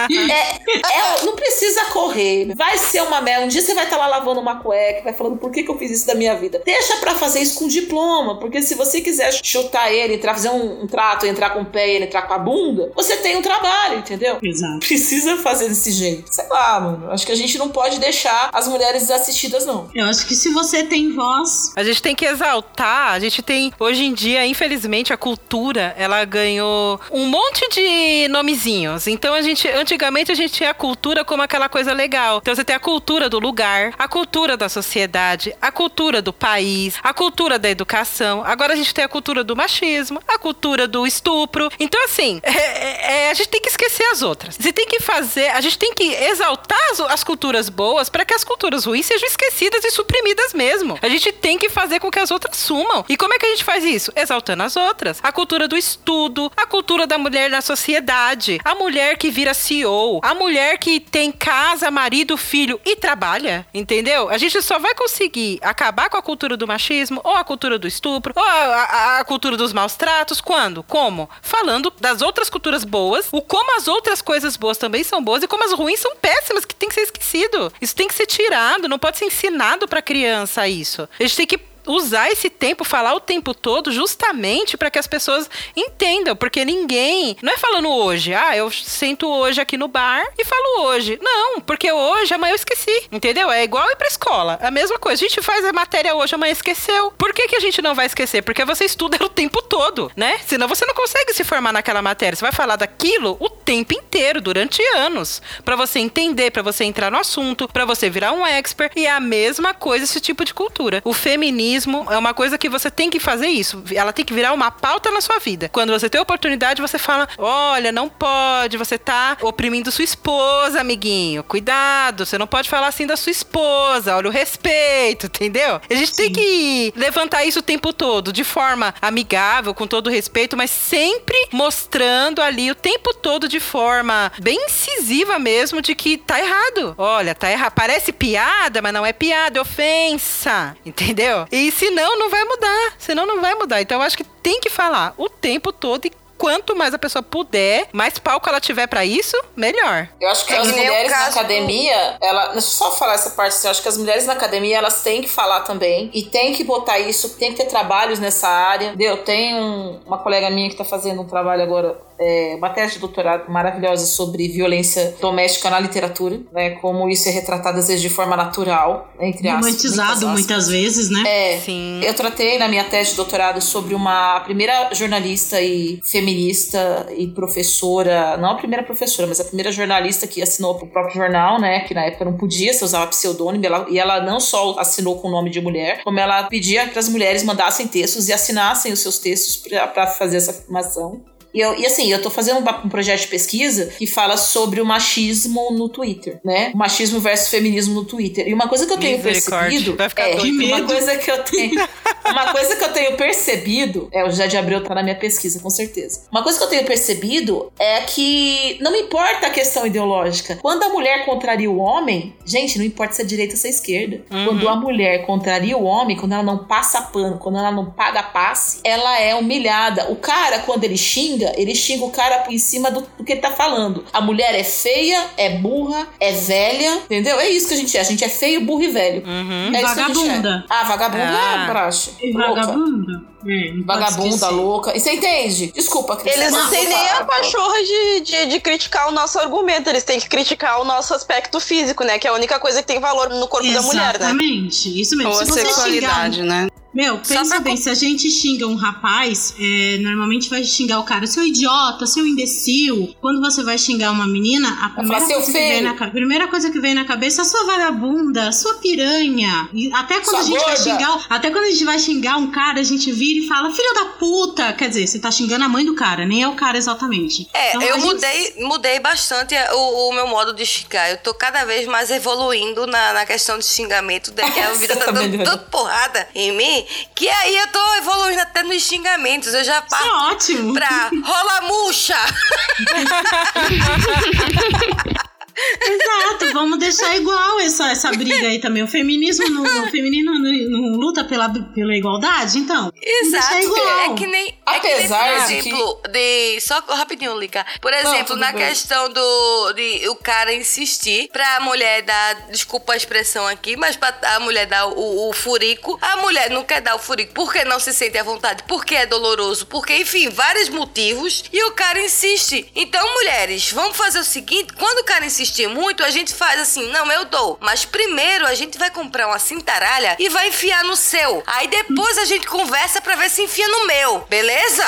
é, é, não precisa correr. Vai ser uma merda. Um dia você vai estar lá lavando uma cueca, vai falando por que, que eu fiz isso da minha vida. Deixa pra fazer isso com diploma, porque se você quiser chutar ele, entrar, fazer um, um trato, entrar com o pé e ele entrar com a bunda, você tem um trabalho, entendeu? Exato. Precisa fazer desse jeito. Sei lá, mano. Acho que a gente não pode deixar as mulheres desassistidas, não. Eu acho que se você tem voz... A gente tem que exaltar, a gente tem, hoje em dia, infelizmente, a cultura, ela ganhou um monte de nomezinhos. Então, a gente, antigamente, a gente tinha a cultura como aquela coisa legal. Então, você tem a cultura do lugar, a cultura da sociedade, a cultura do país, a cultura da educação. Agora, a gente tem a cultura do machismo, a cultura do estupro. Então, assim, é, é, a gente tem que esquecer as outras. Você tem que fazer, a gente tem que exaltar as, as culturas boas para que as culturas ruins sejam esquecidas e suprimidas mesmo. A gente tem que fazer com que as outras sumam. E como é que a gente faz isso? Exaltando as outras. A cultura do estudo, a cultura da mulher na sociedade, a mulher que vira C E O, a mulher que tem casa, marido, filho e trabalha, entendeu? A gente só vai conseguir acabar com a cultura do machismo, ou a cultura do estupro, ou a, a, a cultura dos maus tratos. Quando? Como? Falando das outras culturas boas, o como as outras coisas boas também são boas e como as ruins são péssimas, que tem que ser esquecido. Isso tem que ser tirado, não pode ser ensinado pra criança isso. A gente tem que usar esse tempo, falar o tempo todo justamente para que as pessoas entendam, porque ninguém, não é falando hoje, ah, eu sento hoje aqui no bar e falo hoje, não, porque hoje, amanhã eu esqueci, entendeu? É igual ir pra escola, a mesma coisa, a gente faz a matéria hoje, amanhã esqueceu, por que que a gente não vai esquecer? Porque você estuda o tempo todo, né? Senão você não consegue se formar naquela matéria, você vai falar daquilo o tempo inteiro, durante anos, para você entender, para você entrar no assunto, para você virar um expert, e é a mesma coisa esse tipo de cultura. O feminismo é uma coisa que você tem que fazer isso. Ela tem que virar uma pauta na sua vida. Quando você tem oportunidade, você fala, olha, não pode, você tá oprimindo sua esposa, amiguinho. Cuidado, você não pode falar assim da sua esposa. Olha o respeito, entendeu? A gente Sim. tem que levantar isso o tempo todo, de forma amigável, com todo respeito, mas sempre mostrando ali o tempo todo de forma bem incisiva mesmo, de que tá errado. Olha, tá errado. Parece piada, mas não é piada, é ofensa. Entendeu? E senão não vai mudar. Senão não vai mudar. Então eu acho que tem que falar o tempo todo e quanto mais a pessoa puder, mais palco ela tiver pra isso, melhor. Eu acho que É as que nem o mulheres na caso academia, ela, deixa eu só falar essa parte, assim, eu acho que as mulheres na academia, elas têm que falar também, e tem que botar isso, tem que ter trabalhos nessa área, entendeu? Tem um, uma colega minha que tá fazendo um trabalho agora, é, uma tese de doutorado maravilhosa sobre violência doméstica na literatura, né, como isso é retratado às vezes de forma natural, entre aspas. Romantizado muitas vezes, né? É, Sim. eu tratei na minha tese de doutorado sobre uma primeira jornalista e feminista e professora, não a primeira professora, mas a primeira jornalista que assinou pro próprio jornal, né, que na época não podia, você usava pseudônimo, ela, e ela não só assinou com o nome de mulher, como ela pedia para as mulheres mandassem textos e assinassem os seus textos para fazer essa afirmação. E, eu, e assim, eu tô fazendo um, um projeto de pesquisa que fala sobre o machismo no Twitter, né? O machismo versus feminismo no Twitter. E uma coisa que eu tenho percebido... Vai ficar é, doido. uma coisa que eu tenho... Uma coisa que eu tenho percebido... É, o José de Abreu tá na minha pesquisa, com certeza. Uma coisa que eu tenho percebido é que não importa a questão ideológica. Quando a mulher contraria o homem... Gente, não importa se é direita ou se é esquerda. Uhum. Quando a mulher contraria o homem, quando ela não passa pano, quando ela não paga passe, ela é humilhada. O cara, quando ele xinga, ele xinga o cara por em cima do, do que ele tá falando. A mulher é feia, é burra, é velha, entendeu? É isso que a gente é. A gente é feio, burro e velho. Uhum. É e vagabunda. É. Ah, vagabunda, ah. ah, praxe. E vagabunda. É, vagabunda, louca. E você entende? Desculpa, Cris. Eles não têm nem a pachorra de, de, de criticar o nosso argumento. Eles têm que criticar o nosso aspecto físico, né? Que é a única coisa que tem valor no corpo Exatamente. da mulher, né? Exatamente. Isso mesmo. Ou se a você sexualidade, xingar... né? Meu, pensa bem, se a gente xinga um rapaz, é, normalmente vai xingar o cara, seu idiota, seu imbecil. Quando você vai xingar uma menina, a primeira, coisa que, vem na, primeira coisa que vem na cabeça é a sua vagabunda, sua piranha. E até quando sua a gente gorda. vai xingar, até quando a gente vai xingar um cara, a gente vira e fala, filho da puta. Quer dizer, você tá xingando a mãe do cara, nem é o cara exatamente. É, então, eu gente... mudei, mudei bastante o, o meu modo de xingar. Eu tô cada vez mais evoluindo na, na questão de xingamento, da que a vida tá dando tanta porrada em mim, que aí eu tô evoluindo até nos xingamentos. Eu já parto Isso é ótimo. pra rola murcha. Exato, vamos deixar igual essa, essa briga aí também. O feminismo não, o feminino não, não luta pela, pela igualdade, então? Exato. Igual. É que nem, Apesar é que nem, por de exemplo, que... de, só rapidinho, Lica. Por exemplo, não, na bem. questão do de o cara insistir pra mulher dar, desculpa a expressão aqui, mas pra a mulher dar o, o furico, a mulher não quer dar o furico porque não se sente à vontade, porque é doloroso, porque, enfim, vários motivos, e o cara insiste. Então, mulheres, vamos fazer o seguinte, quando o cara insistir muito, a gente faz assim, não, eu dou, mas primeiro a gente vai comprar uma cintaralha e vai enfiar no seu, aí depois a gente conversa pra ver se enfia no meu, beleza?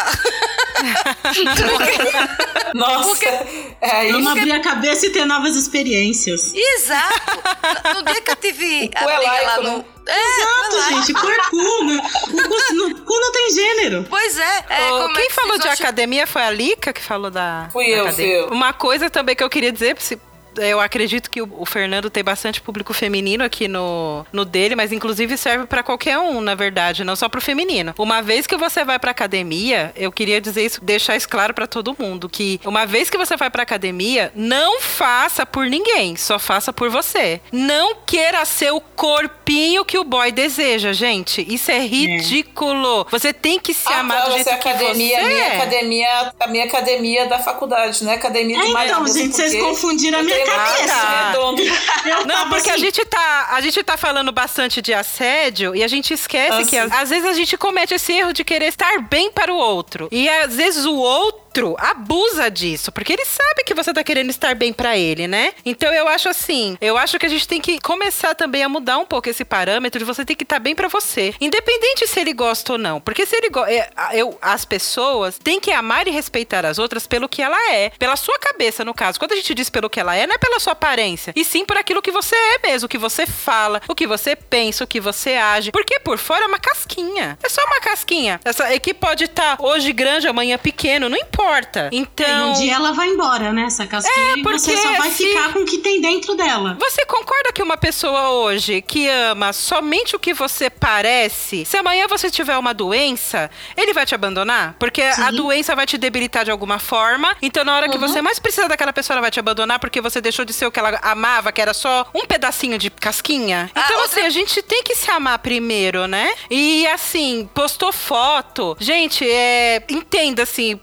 Porque... Nossa, porque... é isso. Vamos abrir a cabeça e ter novas experiências. Exato. No, no dia que eu tive O a briga laico, lá no... né? É, Exato, laico. gente, cu é cu, no, cu, no, cu não tem gênero. Pois é. é Ô, como é quem que falou vocês de acham- academia foi a Lica que falou da, Fui da eu, academia. fui eu. Uma coisa também que eu queria dizer, se- eu acredito que o, o Fernando tem bastante público feminino aqui no, no dele, mas inclusive serve pra qualquer um, na verdade, não só pro feminino. Uma vez que você vai pra academia, eu queria dizer isso, deixar isso claro pra todo mundo, que uma vez que você vai pra academia, não faça por ninguém, só faça por você. Não queira ser o corpinho que o boy deseja, gente. Isso é ridículo. Você tem que se Ah, amar tá, do jeito você é que academia, você a minha é. academia, a minha academia da faculdade, né? Academia de É, malha, então, não sei gente, vocês por quê. confundiram a Eu minha tenho uma cabeça. cabeça redonda. Eu Não, tava porque a assim, gente tá, a gente tá falando bastante de assédio e a gente esquece Ah, que sim. às, às vezes a gente comete esse erro de querer estar bem para o outro. E às vezes o outro abusa disso, porque ele sabe que você tá querendo estar bem pra ele, né? Então eu acho assim, eu acho que a gente tem que começar também a mudar um pouco esse parâmetro de você ter que estar bem pra você, independente se ele gosta ou não, porque se ele go- é, eu, as pessoas têm que amar e respeitar as outras pelo que ela é, pela sua cabeça, no caso. Quando a gente diz pelo que ela é, não é pela sua aparência, e sim por aquilo que você é mesmo, o que você fala, o que você pensa, o que você age, porque por fora é uma casquinha, é só uma casquinha. Essa equipe pode estar hoje grande, amanhã pequeno, não importa. e Então, um dia ela vai embora, né? Essa casquinha, É, e porque você só vai se- ficar com o que tem dentro dela. você concorda que uma pessoa hoje que ama somente o que você parece, se amanhã você tiver uma doença, ele vai te abandonar? Porque a Sim. doença vai te debilitar de alguma forma. Então, na hora que Uhum. você mais precisa daquela pessoa, ela vai te abandonar porque você deixou de ser o que ela amava, que era só um pedacinho de casquinha. Ah, Então, outra- assim, a gente tem que se amar primeiro, né? E, assim, postou foto. Gente, é... entenda, assim, o cara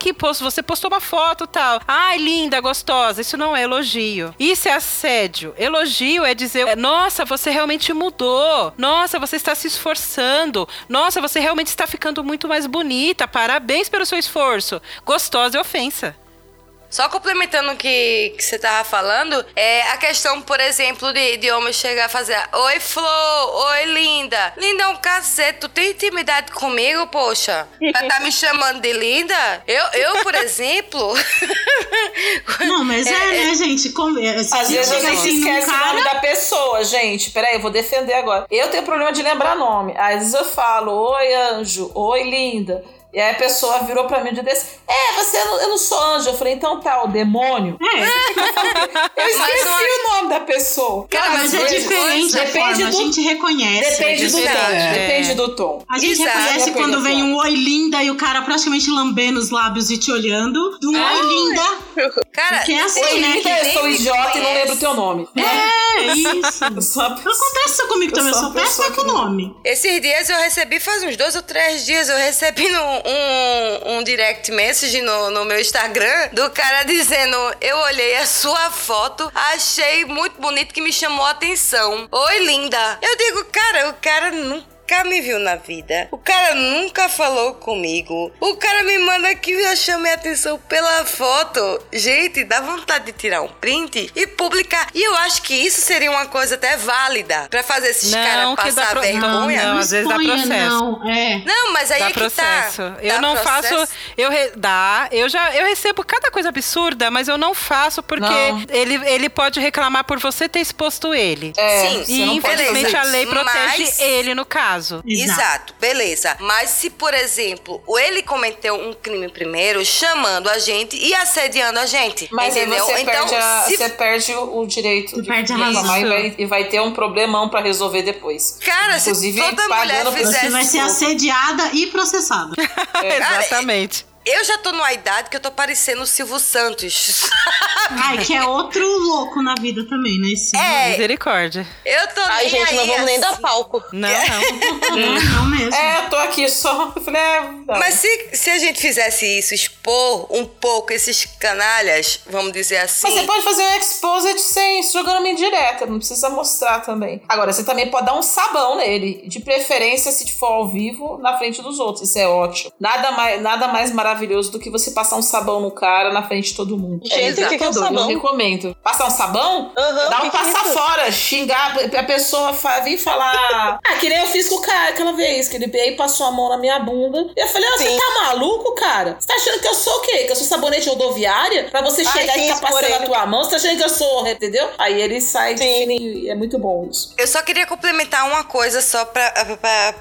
que post, você postou uma foto e tal. Ai, linda, gostosa. Isso não é elogio. Isso é assédio. Elogio é dizer, nossa, você realmente mudou. Nossa, você está se esforçando. Nossa, você realmente está ficando muito mais bonita. Parabéns pelo seu esforço. Gostosa é ofensa. Só complementando o que, que você tava falando, é a questão, por exemplo, de, de homem chegar a fazer oi, Flor, oi, linda. Linda é um cacete, tu tem intimidade comigo, poxa? Pra tá me chamando de linda? Eu, eu por exemplo... Não, mas é, é né, gente? Como, assim, às vezes você assim, esquece cara... o nome da pessoa, gente. Peraí, eu vou defender agora. Eu tenho problema de lembrar nome. Às vezes eu falo, oi, anjo, oi, linda. E aí a pessoa virou pra mim e disse, é, você, eu não, eu não sou anjo. Eu falei, então tá, o demônio. É. Eu esqueci uma... o nome da pessoa. Cara, mas, mas é diferente a forma, do... a gente reconhece. Depende do tom, é. depende do tom. A gente Exato. reconhece Depende quando vem um oi linda e o cara praticamente lambendo os lábios e te olhando. Do um oi linda. Cara, porque é assim, oi, né? Linda, eu sou idiota e não lembro o teu nome. É, isso. Acontece isso comigo também, eu sou péssima com o nome. Esses dias eu recebi, faz uns dois ou três dias, eu recebi no Um, um direct message no, no meu Instagram do cara dizendo, eu olhei a sua foto, achei muito bonito, que me chamou a atenção. Oi, linda. Eu digo, cara, o cara nunca me viu na vida. O cara nunca falou comigo. O cara me manda aqui e eu chamei a atenção pela foto. Gente, dá vontade de tirar um print e publicar. E eu acho que isso seria uma coisa até válida pra fazer esses caras passar pro... vergonha. Não, não, às vezes dá processo. Não, é. não mas aí dá é que processo. tá. Eu dá não processo? faço... Eu re, dá. Eu já eu recebo cada coisa absurda, mas eu não faço porque não. Ele, ele pode reclamar por você ter exposto ele. É, Sim. E infelizmente a lei protege mas... ele no caso. Exato. Exato, beleza. Mas se, por exemplo, ele cometeu um crime primeiro, chamando a gente e assediando a gente, mas entendeu? Você então, perde a, se... você perde o direito você de perde a razão. E vai, e vai ter um problemão pra resolver depois. Cara, inclusive, se toda mulher fizesse... Você vai ser assediada e processada. É. Exatamente. Eu já tô numa idade que eu tô parecendo o Silvio Santos. Ai, que é outro louco na vida também, né? Sim. É. Misericórdia. Eu tô Ai, gente, aí, não vamos assim. nem dar palco. Não, não. É, não mesmo. É, eu tô aqui só. Eu falei, é, não. Mas se, se a gente fizesse isso, expor um pouco esses canalhas, vamos dizer assim... Mas você pode fazer um exposit sem jogando uma indireta, não precisa mostrar também. Agora, você também pode dar um sabão nele. De preferência, se for ao vivo, na frente dos outros. Isso é ótimo. Nada mais, nada mais maravilhoso do que você passar um sabão no cara na frente de todo mundo. Gente, o é que, que é um sabão? Eu recomendo. Passar um sabão? Uhum, dá um que passa que é fora, xingar, a pessoa vir falar... Ah, que nem eu fiz com o cara aquela vez, que ele veio e passou a mão na minha bunda. E eu falei, ah, você tá maluco, cara? Você tá achando que eu sou o quê? Que eu sou sabonete rodoviária? Pra você chegar Ai, e ficar passando a tua mão? Você tá achando que eu sou, entendeu? Aí ele sai de fininho e é muito bom isso. Eu só queria complementar uma coisa só pra, pra,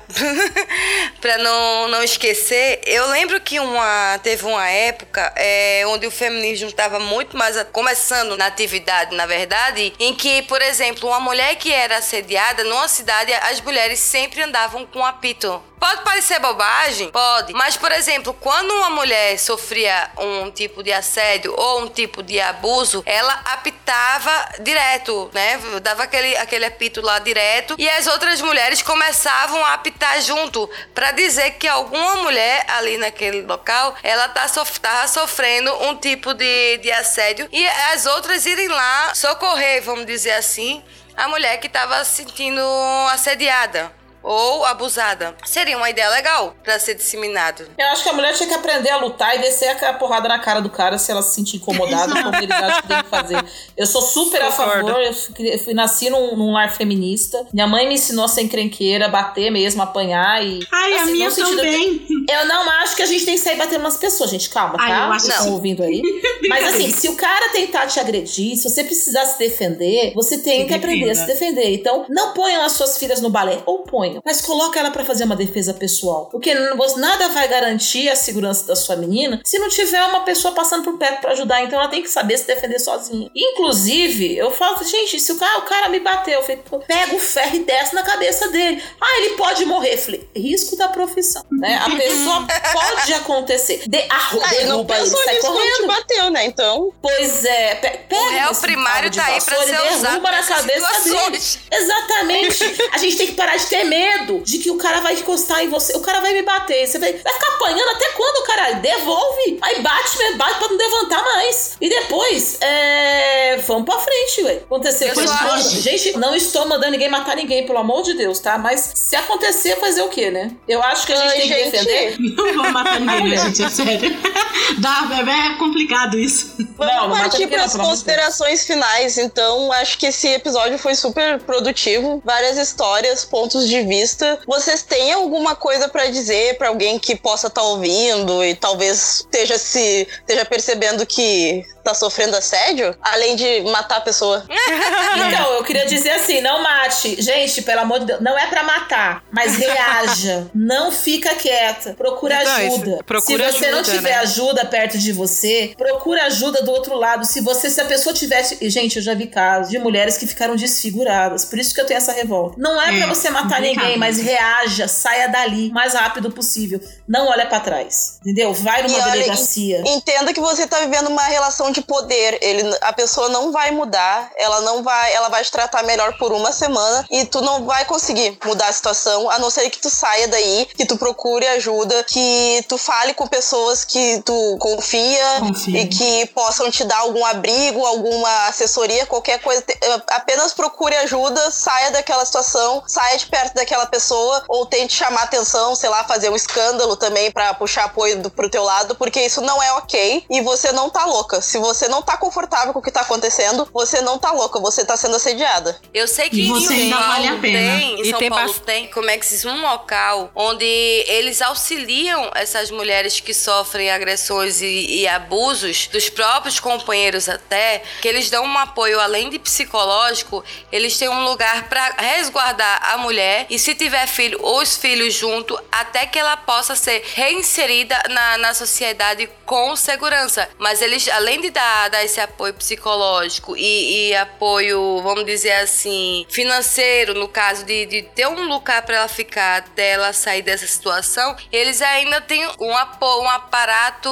pra não, não esquecer. Eu lembro que uma, teve uma época é, onde o feminismo estava muito mais a, começando na atividade, na verdade, em que, por exemplo, uma mulher que era assediada numa cidade, as mulheres sempre andavam com apito. Pode parecer bobagem? Pode. Mas, por exemplo, quando uma mulher sofria um tipo de assédio ou um tipo de abuso, ela apitava direto, né? Dava aquele, aquele apito lá direto e as outras mulheres começavam a apitar junto pra dizer que alguma mulher ali naquele local, ela tá sof- tava sofrendo um tipo de, de assédio e as outras irem lá socorrer, vamos dizer assim, a mulher que tava se sentindo assediada ou abusada. Seria uma ideia legal pra ser disseminado. Eu acho que a mulher tinha que aprender a lutar e descer a porrada na cara do cara se ela se sentir incomodada, como eles acham que tem que fazer. Eu sou super a favor, eu fui, fui, nasci num, num lar feminista. Minha mãe me ensinou a ser encrenqueira, bater mesmo, apanhar e... Ai, assim, a minha também. Eu, eu não acho que a gente tem que sair batendo nas pessoas, gente. Calma, tá? Ai, eu acho Vocês estão ouvindo aí? Mas assim, se o cara tentar te agredir, se você precisar se defender, você tem que aprender a se defender. Então, não ponham as suas filhas no balé. Ou ponham. Mas coloca ela pra fazer uma defesa pessoal. Porque nada vai garantir a segurança da sua menina se não tiver uma pessoa passando por perto pra ajudar. Então ela tem que saber se defender sozinha. Inclusive, eu falo, gente, se o cara, o cara me bateu, eu falei, pega o ferro e desce na cabeça dele. Ah, ele pode morrer. Eu falei, risco da profissão, né? A pessoa pode acontecer. De, ah, ah, derruba ele, sai correndo. Te bateu, né? Então. Pois é, pe- pega. O réu primário tá aí pra ser usado na cabeça dele. Exatamente. A gente tem que parar de ter medo medo de que o cara vai encostar em você, o cara vai me bater, você vai, vai ficar apanhando até quando, caralho? Devolve! Aí bate, bate pra não levantar mais. E depois, é... vamos pra frente, ué. Aconteceu coisa. Gente, não estou mandando ninguém matar ninguém, pelo amor de Deus, tá? Mas se acontecer, fazer o quê, né? Eu acho que a gente Ai, tem gente. que defender. Não vou matar ninguém, gente, é sério. Dá, é complicado isso. Vamos não, não partir para as considerações finais, então. Acho que esse episódio foi super produtivo. Várias histórias, pontos de vista. Vocês têm alguma coisa pra dizer pra alguém que possa estar tá ouvindo e talvez esteja se esteja percebendo que tá sofrendo assédio, além de matar a pessoa? Então, eu queria dizer assim, não mate. Gente, pelo amor de Deus, não é pra matar, mas reaja. Não fica quieta. Procura então, ajuda. Isso, procura se você ajuda, não tiver né? ajuda perto de você, procura ajuda do outro lado. Se você, se a pessoa tivesse... Gente, eu já vi casos de mulheres que ficaram desfiguradas. Por isso que eu tenho essa revolta. Não é, é pra você matar ninguém, mas reaja, saia dali o mais rápido possível. Não olha pra trás. Entendeu? Vai numa olha, delegacia. Entenda que você tá vivendo uma relação de poder. Ele, a pessoa não vai mudar, ela não vai, ela vai te tratar melhor por uma semana e tu não vai conseguir mudar a situação, a não ser que tu saia daí, que tu procure ajuda, que tu fale com pessoas que tu confia, confia. E que possam te dar algum abrigo, alguma assessoria, qualquer coisa. Apenas procure ajuda, saia daquela situação, saia de perto daquela pessoa ou tente chamar atenção, sei lá, fazer um escândalo também pra puxar apoio do, pro teu lado, porque isso não é ok e você não tá louca. Se você não tá confortável com o que tá acontecendo, você não tá louca, você tá sendo assediada. Eu sei que e em São Paulo vale a pena. tem, em e São tem Paulo bast... tem, como é que se diz, um local onde eles auxiliam essas mulheres que sofrem agressões e, e abusos dos próprios companheiros até, que eles dão um apoio além de psicológico, eles têm um lugar pra resguardar a mulher e se tiver filho, os filhos junto, até que ela possa ser reinserida na, na sociedade com segurança. Mas eles, além de dar, dar esse apoio psicológico e, e apoio, vamos dizer assim, financeiro, no caso de, de ter um lugar para ela ficar até ela sair dessa situação, eles ainda têm um, apoio, um aparato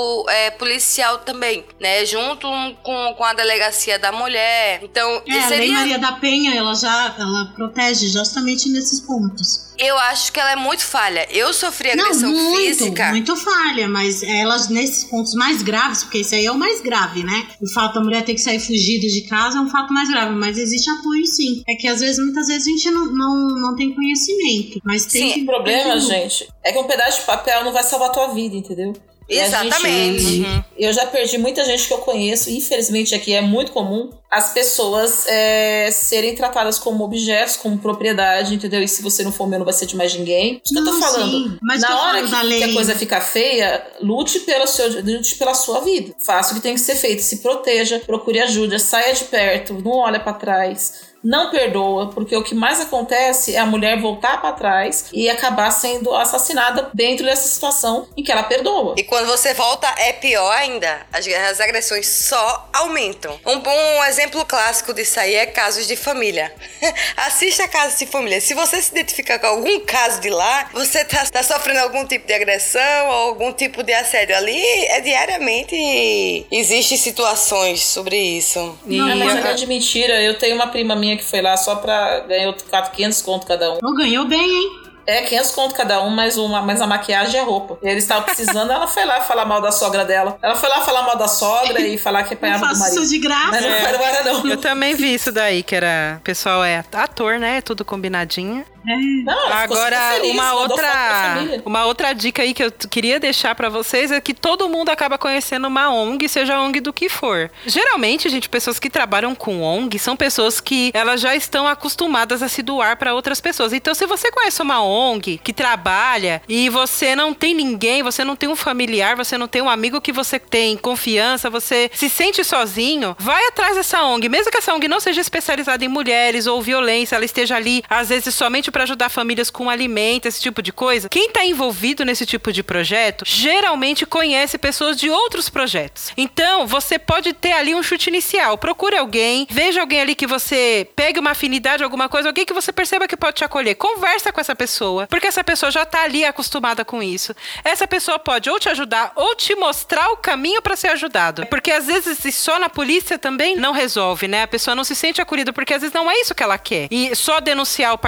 é, policial também, né? Junto com, com a delegacia da mulher. Então, é, seria... a Lei Maria da Penha, ela já ela protege justamente nesses pontos. Eu acho que ela é muito falha. Eu sofri agressão Não, muito, física. muito falha, mas ela nesses pontos mais graves, porque esse aí é o mais grave, né? O fato da mulher ter que sair fugida de casa é um fato mais grave, mas existe apoio sim. É que às vezes, muitas vezes a gente não, não, não tem conhecimento, mas tem sim, que... o problema, gente, é que um pedaço de papel não vai salvar a tua vida, entendeu? Exatamente. Gente, uhum. Eu já perdi muita gente que eu conheço, infelizmente aqui é muito comum as pessoas é, serem tratadas como objetos, como propriedade, entendeu? E se você não for meu, não vai ser de mais ninguém. Isso que não, eu tô falando. Sim, mas na hora que, que a coisa fica feia, lute pela, seu, lute pela sua vida. Faça o que tem que ser feito. Se proteja, procure ajuda, saia de perto, não olha pra trás. Não perdoa, porque o que mais acontece é a mulher voltar pra trás e acabar sendo assassinada dentro dessa situação em que ela perdoa. E quando você volta, é pior ainda. As, as agressões só aumentam. Um bom exemplo clássico disso aí é casos de família. Assista Casos de Família. Se você se identificar com algum caso de lá, você tá, tá sofrendo algum tipo de agressão ou algum tipo de assédio ali, é diariamente. Existem situações sobre isso. Não, mas é grande mentira. Eu tenho uma prima minha que foi lá só pra ganhar quinhentos conto cada um. Oh, ganhou bem, hein? É, quinhentos conto cada um, mais, uma, mais a maquiagem e a roupa. E eles estavam precisando, ela foi lá falar mal da sogra dela. Ela foi lá falar mal da sogra e falar que apanhava do marido. Isso de graça. Mas não é. era, era não. Eu também vi isso daí, que era... O pessoal é ator, né? Tudo combinadinho. Não, agora feliz, uma outra uma outra dica aí que eu queria deixar pra vocês é que todo mundo acaba conhecendo uma O N G, seja a O N G do que for. Geralmente, gente, pessoas que trabalham com O N G são pessoas que elas já estão acostumadas a se doar pra outras pessoas. Então, se você conhece uma O N G que trabalha e você não tem ninguém, você não tem um familiar, você não tem um amigo que você tem confiança, você se sente sozinho, vai atrás dessa O N G, mesmo que essa O N G não seja especializada em mulheres ou violência, ela esteja ali às vezes somente para ajudar famílias com alimento, esse tipo de coisa. Quem está envolvido nesse tipo de projeto geralmente conhece pessoas de outros projetos. Então, você pode ter ali um chute inicial. Procure alguém, veja alguém ali que você pegue uma afinidade, alguma coisa, alguém que você perceba que pode te acolher. Conversa com essa pessoa, porque essa pessoa já está ali acostumada com isso. Essa pessoa pode ou te ajudar ou te mostrar o caminho para ser ajudado. Porque às vezes só na polícia também não resolve, né? A pessoa não se sente acolhida porque às vezes não é isso que ela quer. E só denunciar o parceiro, ela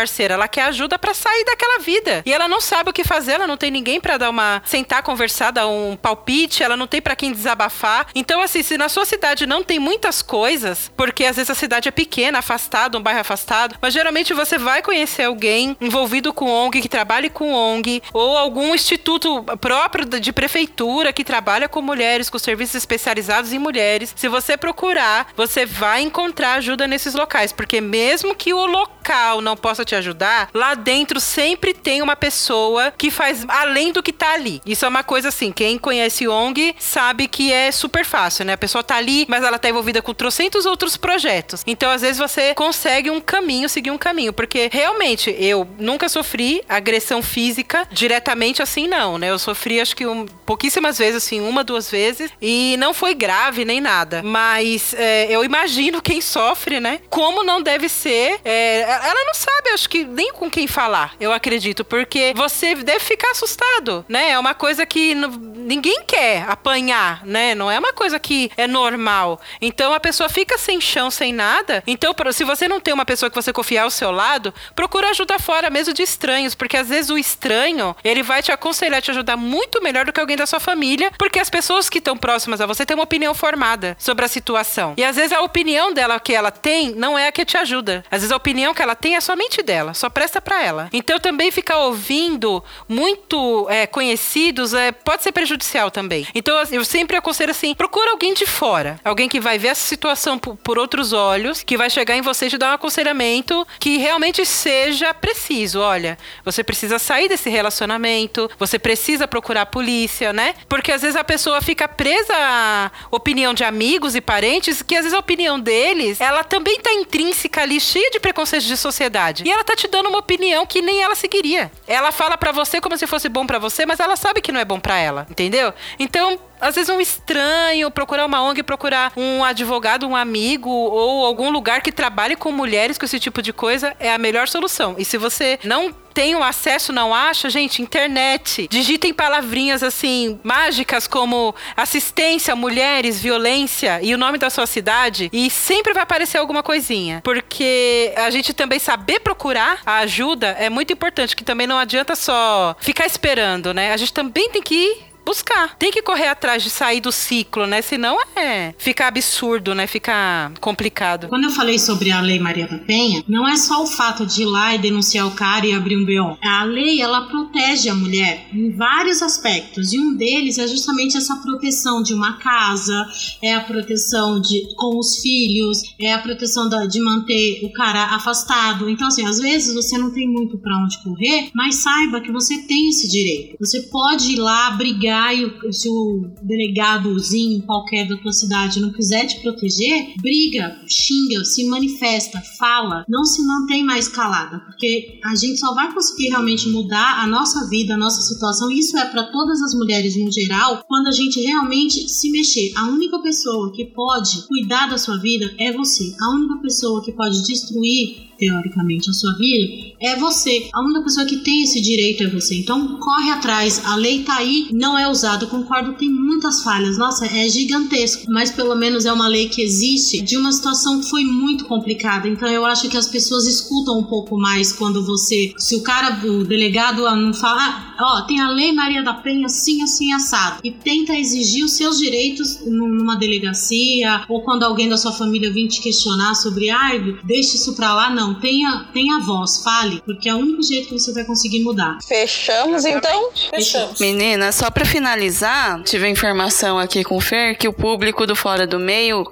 quer ajuda pra sair daquela vida. E ela não sabe o que fazer, ela não tem ninguém pra dar uma... sentar, conversar, dar um palpite, ela não tem pra quem desabafar. Então, assim, se na sua cidade não tem muitas coisas, porque às vezes a cidade é pequena, afastada, um bairro afastado, mas geralmente você vai conhecer alguém envolvido com O N G, que trabalhe com O N G, ou algum instituto próprio de prefeitura que trabalha com mulheres, com serviços especializados em mulheres. Se você procurar, você vai encontrar ajuda nesses locais, porque mesmo que o local não possa te ajudar, lá dentro sempre tem uma pessoa que faz além do que tá ali. Isso é uma coisa assim, quem conhece O N G sabe que é super fácil, né? A pessoa tá ali, mas ela tá envolvida com trocentos outros projetos. Então, às vezes, você consegue um caminho, seguir um caminho, porque realmente eu nunca sofri agressão física diretamente assim, não, né? Eu sofri, acho que um, pouquíssimas vezes, assim, uma, duas vezes, e não foi grave nem nada. Mas é, eu imagino quem sofre, né? Como não deve ser. É, ela não sabe, acho que nem com quem falar, eu acredito, porque você deve ficar assustado, né? É uma coisa que n- ninguém quer apanhar, né? Não é uma coisa que é normal. Então a pessoa fica sem chão, sem nada. Então, se você não tem uma pessoa que você confiar ao seu lado, procura ajuda fora mesmo de estranhos, porque às vezes o estranho, ele vai te aconselhar, te ajudar muito melhor do que alguém da sua família, porque as pessoas que estão próximas a você têm uma opinião formada sobre a situação. E às vezes a opinião dela que ela tem não é a que te ajuda. Às vezes a opinião que ela tem é somente dela, só presta pra ela. Então também ficar ouvindo muito é, conhecidos é, pode ser prejudicial também. Então eu sempre aconselho assim, procura alguém de fora, alguém que vai ver essa situação por, por outros olhos, que vai chegar em você e te dar um aconselhamento que realmente seja preciso. Olha, você precisa sair desse relacionamento, você precisa procurar a polícia, né? Porque às vezes a pessoa fica presa à opinião de amigos e parentes, que às vezes a opinião deles, ela também tá intrínseca ali, cheia de preconceitos de sociedade. E ela tá te dando uma opinião que nem ela seguiria. Ela fala pra você como se fosse bom pra você, mas ela sabe que não é bom pra ela, entendeu? Então, às vezes um estranho, procurar uma O N G, procurar um advogado, um amigo ou algum lugar que trabalhe com mulheres com esse tipo de coisa é a melhor solução. E se você não tem o acesso, não acha, gente, internet. Digitem palavrinhas assim, mágicas como assistência, mulheres, violência e o nome da sua cidade e sempre vai aparecer alguma coisinha. Porque a gente também saber procurar a ajuda é muito importante, que também não adianta só ficar esperando, né? A gente também tem que ir buscar. Tem que correr atrás de sair do ciclo, né? Senão é ficar absurdo, né? Ficar complicado. Quando eu falei sobre a Lei Maria da Penha, não é só o fato de ir lá e denunciar o cara e abrir um B O. A lei, ela protege a mulher em vários aspectos. E um deles é justamente essa proteção de uma casa, é a proteção de, com os filhos, é a proteção da, de manter o cara afastado. Então, assim, às vezes você não tem muito pra onde correr, mas saiba que você tem esse direito. Você pode ir lá brigar e o, se o delegadozinho qualquer da tua cidade não quiser te proteger, briga, xinga, se manifesta, fala, não se mantém mais calada, porque a gente só vai conseguir realmente mudar a nossa vida, a nossa situação, e isso é para todas as mulheres no geral, quando a gente realmente se mexer. A única pessoa que pode cuidar da sua vida é você. A única pessoa que pode destruir teoricamente a sua vida é você. A única pessoa que tem esse direito é você. Então corre atrás, a lei tá aí, não é usada. Eu concordo, tem muitas falhas, nossa, é gigantesco, mas pelo menos é uma lei que existe de uma situação que foi muito complicada. Então eu acho que as pessoas escutam um pouco mais quando você, se o cara, o delegado não fala, ó, oh, tem a Lei Maria da Penha assim, assim, assado, e tenta exigir os seus direitos numa delegacia, ou quando alguém da sua família vir te questionar sobre, ai, ah, deixa isso pra lá, não. Tenha, tenha voz, fale, porque é o único jeito que você vai conseguir mudar. Fechamos, então? Fechamos. Menina, só pra finalizar, tive a informação aqui com o Fer que o público do Fora do Meio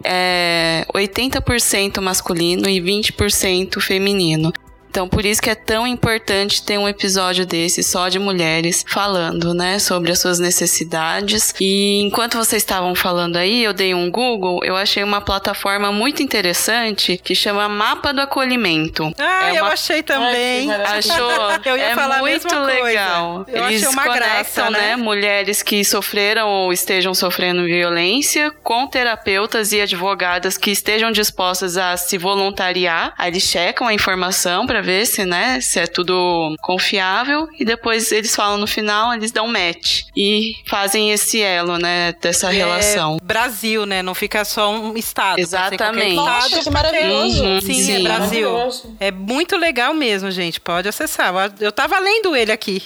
é oitenta por cento masculino e vinte por cento feminino. Então, por isso que é tão importante ter um episódio desse só de mulheres falando, né, sobre as suas necessidades. E enquanto vocês estavam falando aí, eu dei um Google, eu achei uma plataforma muito interessante que chama Mapa do Acolhimento. Ah, é eu uma... achei também. Ai, achou? Eu ia é falar muito a mesma legal. Coisa. Eu Eles achei uma conectam, graça, né? né, mulheres que sofreram ou estejam sofrendo violência com terapeutas e advogadas que estejam dispostas a se voluntariar. Aí eles checam a informação para ver ver se, né, se é tudo confiável, e depois eles falam no final, eles dão match e fazem esse elo, né, dessa é relação. Brasil, né, não fica só um estado. Exatamente. Nossa, que maravilhoso. Uhum, sim, sim, é Brasil. Maravilhoso. É muito legal mesmo, gente, pode acessar. Eu tava lendo ele aqui.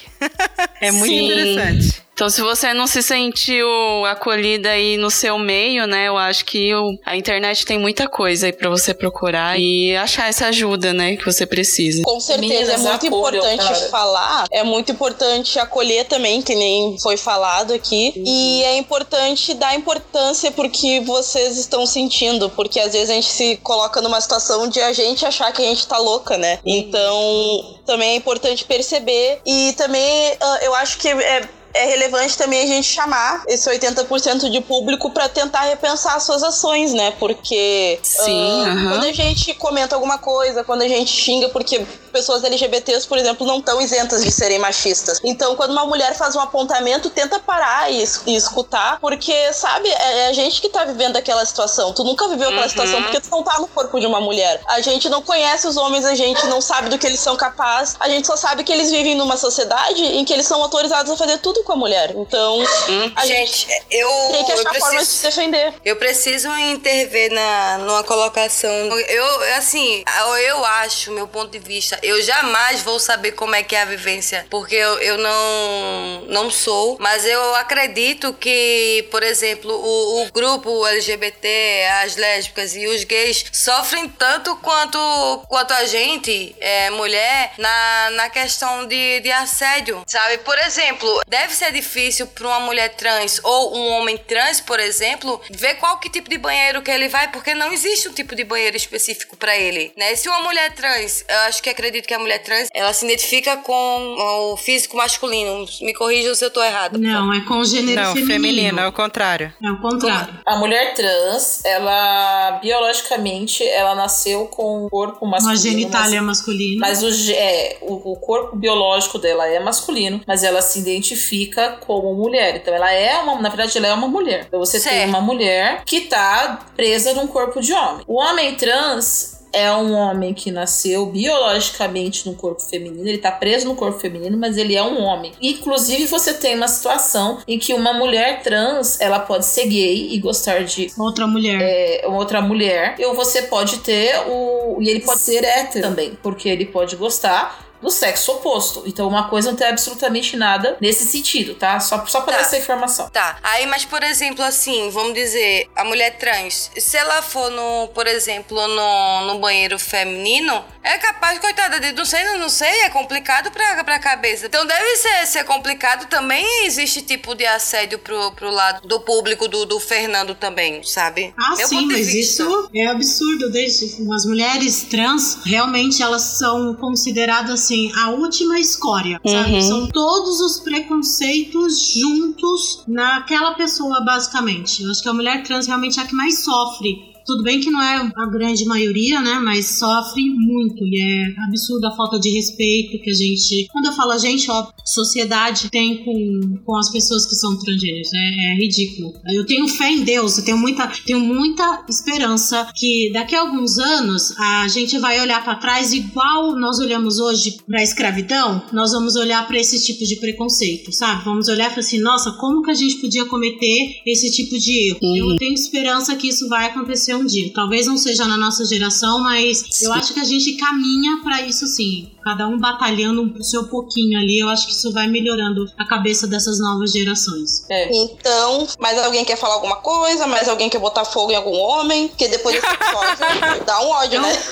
É muito Sim. interessante. Então, se você não se sentiu acolhida aí no seu meio, né, eu acho que o, a internet tem muita coisa aí pra você procurar e achar essa ajuda, né, que você precisa. Com certeza, Meninas, é muito apoio, importante cara. falar, é muito importante acolher também, que nem foi falado aqui, Uhum. e é importante dar importância porque vocês estão sentindo, porque às vezes a gente se coloca numa situação de a gente achar que a gente tá louca, né? Então, também é importante perceber, e também uh, eu acho que é É relevante também a gente chamar esse oitenta por cento de público pra tentar repensar as suas ações, né? Porque Sim, uh, aham. quando a gente comenta alguma coisa, quando a gente xinga, porque pessoas L G B T s, por exemplo, não estão isentas de serem machistas. Então, quando uma mulher faz um apontamento, tenta parar e, es- e escutar, porque, sabe, é, é a gente que tá vivendo aquela situação. Tu nunca viveu aquela Uhum. situação porque tu não tá no corpo de uma mulher. A gente não conhece os homens, a gente não sabe do que eles são capazes, a gente só sabe que eles vivem numa sociedade em que eles são autorizados a fazer tudo com a mulher. Então, a gente, Gente, eu, tem que eu achar formas de preciso... se defender. Eu preciso intervir na, numa colocação. Eu, assim, eu, eu acho, meu ponto de vista, eu jamais vou saber como é que é a vivência, porque eu, eu não, não sou, mas eu acredito que, por exemplo, o, o grupo L G B T, as lésbicas e os gays sofrem tanto quanto, quanto a gente, é, mulher, na, na questão de, de assédio, sabe? Por exemplo, deve ser difícil para uma mulher trans ou um homem trans, por exemplo, ver qual que tipo de banheiro que ele vai, porque não existe um tipo de banheiro específico para ele, né? Se uma mulher trans, eu acho que acredito que a mulher trans, ela se identifica com o físico masculino. Me corrijam se eu tô errada. Não, é com o gênero Não, feminino. feminino, é o contrário. É o contrário. A mulher trans, ela biologicamente, ela nasceu com um corpo masculino. Uma genitália mas, masculina. Mas o, ge- é, o, o corpo biológico dela é masculino, mas ela se identifica como mulher. Então ela é uma, na verdade, ela é uma mulher. Então você Certo. tem uma mulher que tá presa num corpo de homem. O homem trans é um homem que nasceu biologicamente no corpo feminino, ele tá preso no corpo feminino, mas ele é um homem. Inclusive, você tem uma situação em que uma mulher trans, ela pode ser gay e gostar de Outra mulher. é, outra mulher, ou você pode ter o... e ele pode ser hétero também, porque ele pode gostar do sexo oposto. Então uma coisa não tem absolutamente nada nesse sentido, tá? Só, só pra Tá. dar essa informação. Tá, aí, mas por exemplo, assim, vamos dizer, a mulher trans, se ela for no, por exemplo, no, no banheiro feminino, é capaz, coitada, de, não sei, não, não sei, é complicado pra, pra cabeça. Então deve ser, ser complicado também, existe tipo de assédio pro, pro lado do público do, do Fernando também, sabe? Ah, Meu sim, ponto de mas vista. isso é absurdo. Desde as mulheres trans, realmente, elas são consideradas, assim, a última escória, sabe? Uhum. São todos os preconceitos juntos naquela pessoa, basicamente. Eu acho que a mulher trans realmente é a que mais sofre. Tudo bem que não é a grande maioria, né? Mas sofre muito. E é absurdo a falta de respeito que a gente... Quando eu falo a gente, ó, sociedade tem com, com as pessoas que são transgêneros. É, é ridículo. Eu tenho fé em Deus. Eu tenho muita, tenho muita esperança que daqui a alguns anos a gente vai olhar pra trás igual nós olhamos hoje pra escravidão. Nós vamos olhar pra esse tipo de preconceito, sabe? Vamos olhar e falar assim, nossa, como que a gente podia cometer esse tipo de erro? Uhum. Eu tenho esperança que isso vai acontecer um dia. Talvez não seja na nossa geração, mas sim, eu acho que a gente caminha pra isso sim. Cada um batalhando o seu pouquinho ali. Eu acho que isso vai melhorando a cabeça dessas novas gerações. É. Então, mais alguém quer falar alguma coisa? Mais alguém quer botar fogo em algum homem? Porque depois desse episódio dá um ódio, né?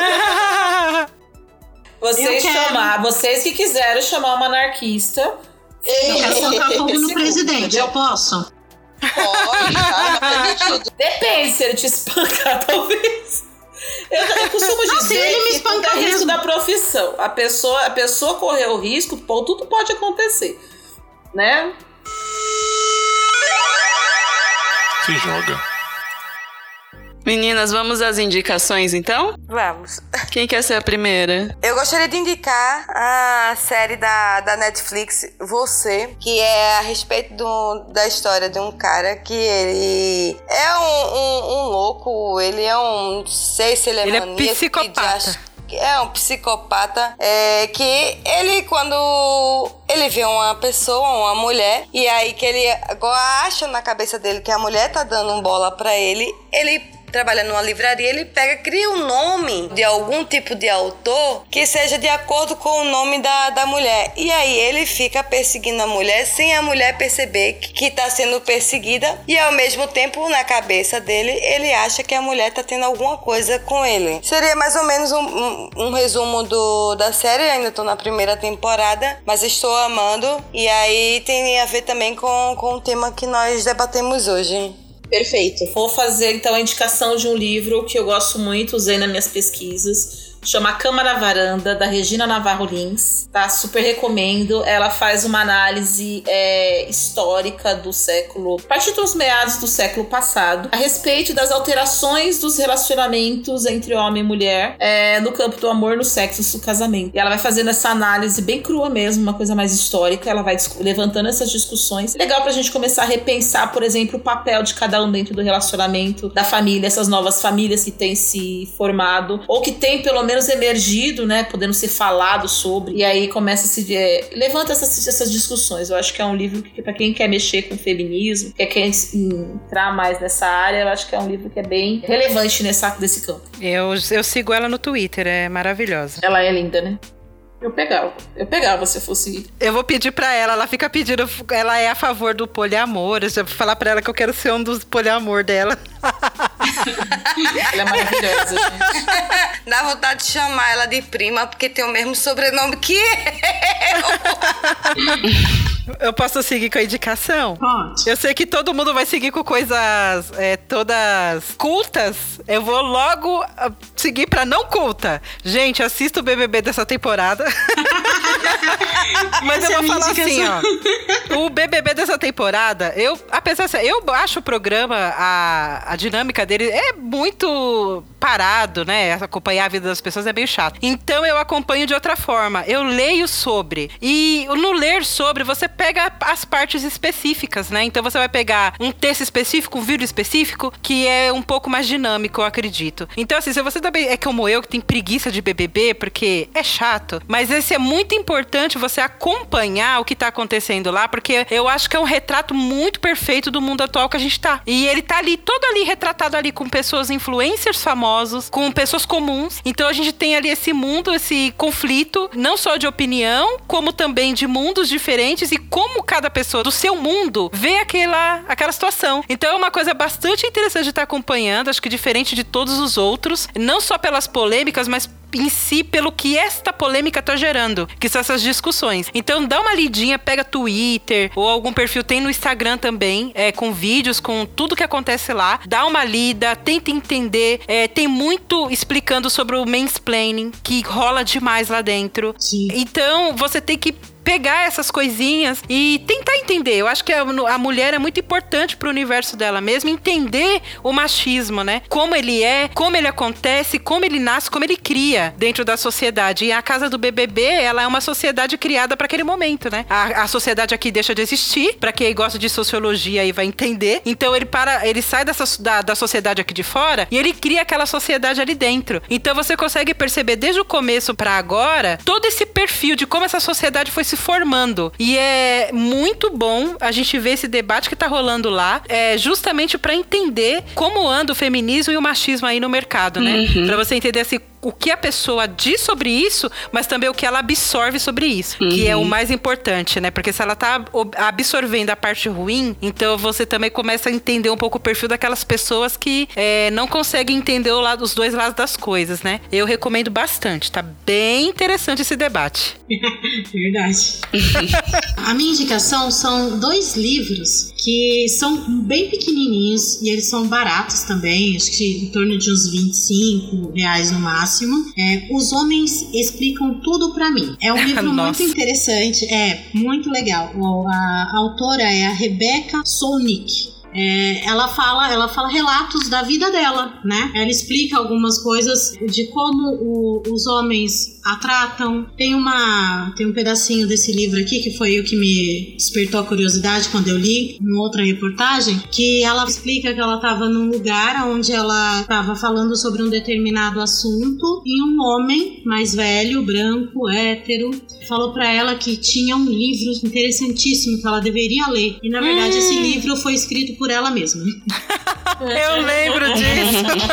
Vocês chamar, vocês que quiseram chamar uma anarquista. Eu quero soltar fogo no presidente, eu posso? Pode, tá? Não é permitido. Depende, se ele te espancar, talvez. Eu, eu costumo Ah, dizer sim, ele me que tudo espanca é risco mesmo. da profissão. A pessoa, a pessoa correu o risco, pô, tudo pode acontecer, né? Se joga. Meninas, vamos às indicações, então? Vamos. Quem quer ser a primeira? Eu gostaria de indicar a série da, da Netflix, Você, que é a respeito do, da história de um cara que ele é um, um, um louco, ele é um... Não sei se ele é Ele é maníaco. psicopata. de ach- é um psicopata, é, que ele, quando ele vê uma pessoa, uma mulher, e aí que ele agora acha na cabeça dele que a mulher tá dando um bola pra ele, ele trabalha numa livraria, ele pega, cria um nome de algum tipo de autor que seja de acordo com o nome da, da mulher. E aí ele fica perseguindo a mulher sem a mulher perceber que, que tá sendo perseguida, e ao mesmo tempo, na cabeça dele, ele acha que a mulher tá tendo alguma coisa com ele. Seria mais ou menos um, um, um resumo do, da série. Eu ainda tô na primeira temporada, mas estou amando. E aí tem a ver também com, com o tema que nós debatemos hoje. Perfeito. Vou fazer então a indicação de um livro que eu gosto muito, usei nas minhas pesquisas. Chama Cama na Varanda, da Regina Navarro Lins. Tá? Super recomendo. Ela faz uma análise é, histórica do século... A partir dos meados do século passado, a respeito das alterações dos relacionamentos entre homem e mulher é, no campo do amor, no sexo, no casamento. E ela vai fazendo essa análise bem crua mesmo, uma coisa mais histórica. Ela vai levantando essas discussões. Legal pra gente começar a repensar, por exemplo, o papel de cada um dentro do relacionamento, da família, essas novas famílias que têm se formado, ou que têm pelo menos emergido, né, podendo ser falado sobre, e aí começa a se é, levanta essas, essas discussões. Eu acho que é um livro que, para quem quer mexer com o feminismo, quer, quer entrar mais nessa área, eu acho que é um livro que é bem relevante nessa, nesse campo. Eu, eu sigo ela no Twitter, é maravilhosa. Ela é linda, né? Eu pegava. Eu pegava se eu fosse... Eu vou pedir pra ela, ela fica pedindo, ela é a favor do poliamor, eu já vou falar pra ela que eu quero ser um dos poliamor dela. Ela é maravilhosa, gente. Dá vontade de chamar ela de prima, porque tem o mesmo sobrenome que eu. Eu posso seguir com a indicação? Pode. Eu sei que todo mundo vai seguir com coisas é, todas cultas. Eu vou logo uh, seguir pra não culta. Gente, assista o B B B dessa temporada. Mas Essa eu vou é falar indicação. assim, ó. O B B B dessa temporada, eu, apesar de eu acho o programa, a, a dinâmica dele é muito parado, né? Acompanhar a vida das pessoas é meio chato. Então eu acompanho de outra forma. Eu leio sobre. E no ler sobre, você pega as partes específicas, né? Então você vai pegar um texto específico, um vídeo específico, que é um pouco mais dinâmico, eu acredito. Então, assim, se você também é como eu, que tem preguiça de B B B, porque é chato, mas esse é muito importante você acompanhar o que tá acontecendo lá, porque eu acho que é um retrato muito perfeito do mundo atual que a gente tá. E ele tá ali, todo ali, retratado ali com pessoas influencers famosos, com pessoas comuns. Então a gente tem ali esse mundo, esse conflito, não só de opinião, como também de mundos diferentes e como cada pessoa do seu mundo vê aquela, aquela situação. Então é uma coisa bastante interessante de estar acompanhando, acho que diferente de todos os outros, não só pelas polêmicas, mas em si pelo que esta polêmica tá gerando, que são essas discussões. Então dá uma lidinha, pega Twitter ou algum perfil, tem no Instagram também, é, com vídeos, com tudo que acontece lá, dá uma lida, tenta entender, é, tem muito explicando sobre o mansplaining, que rola demais lá dentro. Sim. Então você tem que pegar essas coisinhas e tentar entender. Eu acho que a, a mulher é muito importante pro universo dela mesma, entender o machismo, né? Como ele é, como ele acontece, como ele nasce, como ele cria dentro da sociedade. E a Casa do B B B, ela é uma sociedade criada para aquele momento, né? A, a sociedade aqui deixa de existir, para quem gosta de sociologia aí vai entender. Então ele para, ele sai dessa, da, da sociedade aqui de fora e ele cria aquela sociedade ali dentro. Então você consegue perceber desde o começo para agora todo esse perfil de como essa sociedade foi se formando. E é muito bom a gente ver esse debate que tá rolando lá, é justamente para entender como anda o feminismo e o machismo aí no mercado, né? Uhum. Para você entender assim, o que a pessoa diz sobre isso, mas também o que ela absorve sobre isso, uhum. que é o mais importante, né? Porque se ela tá absorvendo a parte ruim, então você também começa a entender um pouco o perfil daquelas pessoas que é, não conseguem entender o lado, os dois lados das coisas, né? Eu recomendo bastante, tá bem interessante esse debate. Verdade. A minha indicação são dois livros que são bem pequenininhos e eles são baratos também, acho que em torno de uns vinte e cinco reais no máximo. É, Os Homens Explicam Tudo Pra Mim. É um livro muito interessante, é muito legal. A, a autora é a Rebecca Solnit. é, ela fala, ela fala relatos da vida dela, né? Ela explica algumas coisas de como o, os homens a tratam. Tem uma tem um pedacinho desse livro aqui que foi o que me despertou a curiosidade quando eu li em outra reportagem, que ela explica que ela estava num lugar onde ela estava falando sobre um determinado assunto e um homem mais velho, branco, hétero, falou pra ela que tinha um livro interessantíssimo que ela deveria ler. E na verdade hum. esse livro foi escrito por ela mesma. Eu lembro disso.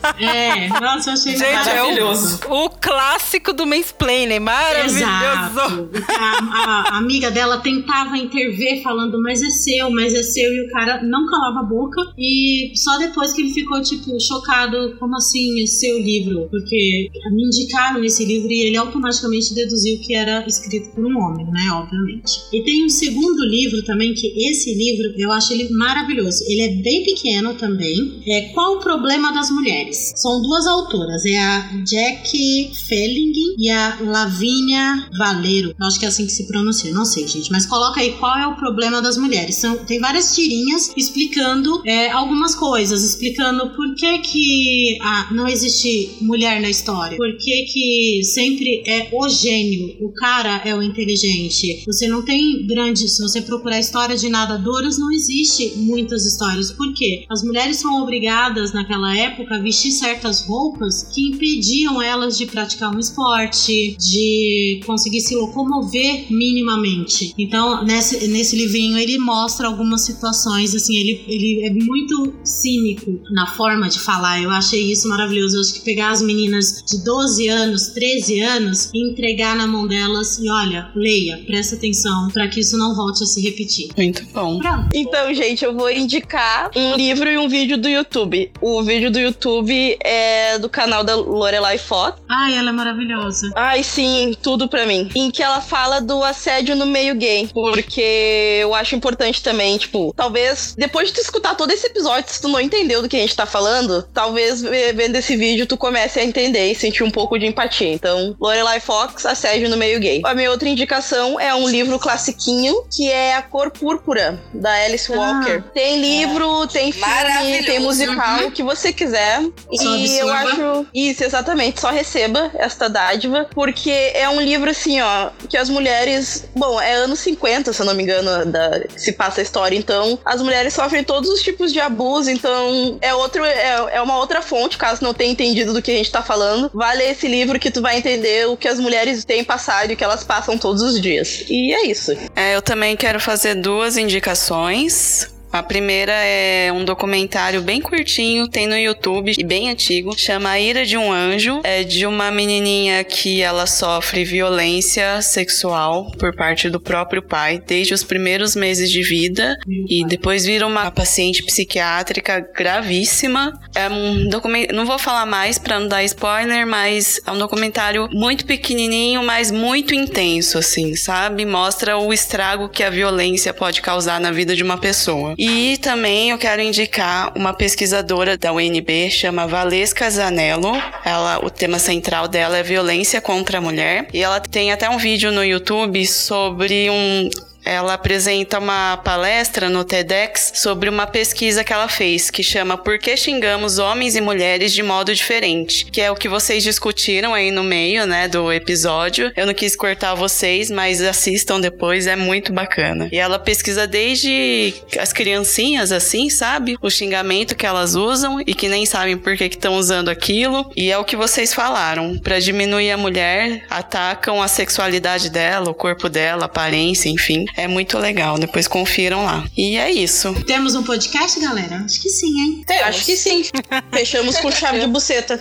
É, nossa, eu achei Gente, maravilhoso. É o, o clássico do mansplaining, maravilhoso. Exato. A, a, a amiga dela tentava intervir falando, mas é seu, mas é seu, e o cara não calava a boca, e só depois que ele ficou, tipo, chocado, como assim, é seu livro? Porque me indicaram esse livro e ele automaticamente deduziu que era escrito por um homem, né, obviamente. E tem um segundo livro também, que esse livro, eu acho ele maravilhoso. Ele é bem pequeno também. É Qual o Problema das Mulheres? São duas autoras, é a Jack Felling e a Lavínia Valero. Eu acho que é assim que se pronuncia, não sei, gente, mas coloca aí Qual é o Problema das Mulheres. São, tem várias tirinhas explicando é, algumas coisas, explicando por que que ah, não existe mulher na história, por que que sempre é o gênio, o cara é o inteligente. Você não tem grande, se você procurar histórias de nadadoras, não existe muitas histórias. Por quê? As mulheres são obrigadas naquela época a vestir certas roupas que impediam elas de praticar um esporte, de conseguir se locomover minimamente. Então, nesse, nesse livrinho ele mostra algumas situações, assim, ele, ele é muito cínico na forma de falar. Eu achei isso maravilhoso. Eu acho que pegar as meninas de doze anos, treze anos e entregar na mão delas e olha, leia, presta atenção para que isso não volte a se repetir. Muito bom. Pronto. Então, gente, eu vou indicar um livro e um vídeo do YouTube. O vídeo do YouTube é do canal da Lorelai Fox. Ai, ela é maravilhosa. Ai, sim, tudo pra mim. Em que ela fala do assédio no meio gay. Porque eu acho importante também, tipo, talvez, depois de tu escutar todo esse episódio, se tu não entendeu do que a gente tá falando, talvez vendo esse vídeo tu comece a entender e sentir um pouco de empatia. Então, Lorelai Fox, Assédio no Meio Gay. A minha outra indicação é um livro classiquinho, que é A Cor Púrpura, da Alice Walker. Ah, tem livro, é. tem filme, tem musical, uhum. o que você quiser. Só e eu acho... Isso, exatamente. Só receba esta dádiva, porque é um livro, assim, ó, que as mulheres... Bom, é anos cinquenta, se eu não me engano, da, se passa a história. Então, as mulheres sofrem todos os tipos de abuso. Então, é, outro, é, é uma outra fonte, caso não tenha entendido do que a gente tá falando. Vai ler esse livro que tu vai entender o que as mulheres têm passado e o que elas passam todos os dias. E é isso. É, eu também quero fazer duas indicações. A primeira é um documentário bem curtinho, tem no YouTube e bem antigo, chama A Ira de um Anjo. É de uma menininha que ela sofre violência sexual por parte do próprio pai desde os primeiros meses de vida e depois vira uma paciente psiquiátrica gravíssima. É um documentário, não vou falar mais pra não dar spoiler, mas é um documentário muito pequenininho, mas muito intenso, assim, sabe? Mostra o estrago que a violência pode causar na vida de uma pessoa. E também eu quero indicar uma pesquisadora da U N B, chama Valesca Zanello. Ela, o tema central dela é violência contra a mulher. E ela tem até um vídeo no YouTube sobre um... Ela apresenta uma palestra no TEDx sobre uma pesquisa que ela fez, que chama Por que xingamos homens e mulheres de modo diferente? Que é o que vocês discutiram aí no meio, né, do episódio. Eu não quis cortar vocês, mas assistam depois, é muito bacana. E ela pesquisa desde as criancinhas, assim, sabe? O xingamento que elas usam e que nem sabem por que estão usando aquilo. E é o que vocês falaram. Pra diminuir a mulher, atacam a sexualidade dela, o corpo dela, a aparência, enfim. É muito legal, depois confiram lá. E é isso. Temos um podcast, galera? Acho que sim, hein? Temos. Acho que sim. Fechamos com chave de buceta.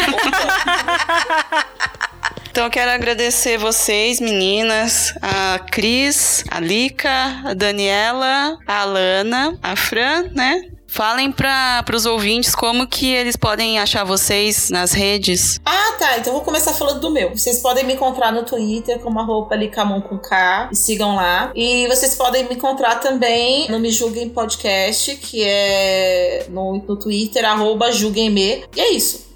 Então eu quero agradecer vocês, meninas, a Cris, a Lica, a Daniela, a Alana, a Fran, né? Falem para os ouvintes como que eles podem achar vocês nas redes. Ah, tá. Então eu vou começar falando do meu. Vocês podem me encontrar no Twitter como arroba Licamon com K. E sigam lá. E vocês podem me encontrar também no Me Julguem Podcast, que é no, no Twitter, arroba julguemme. E é isso.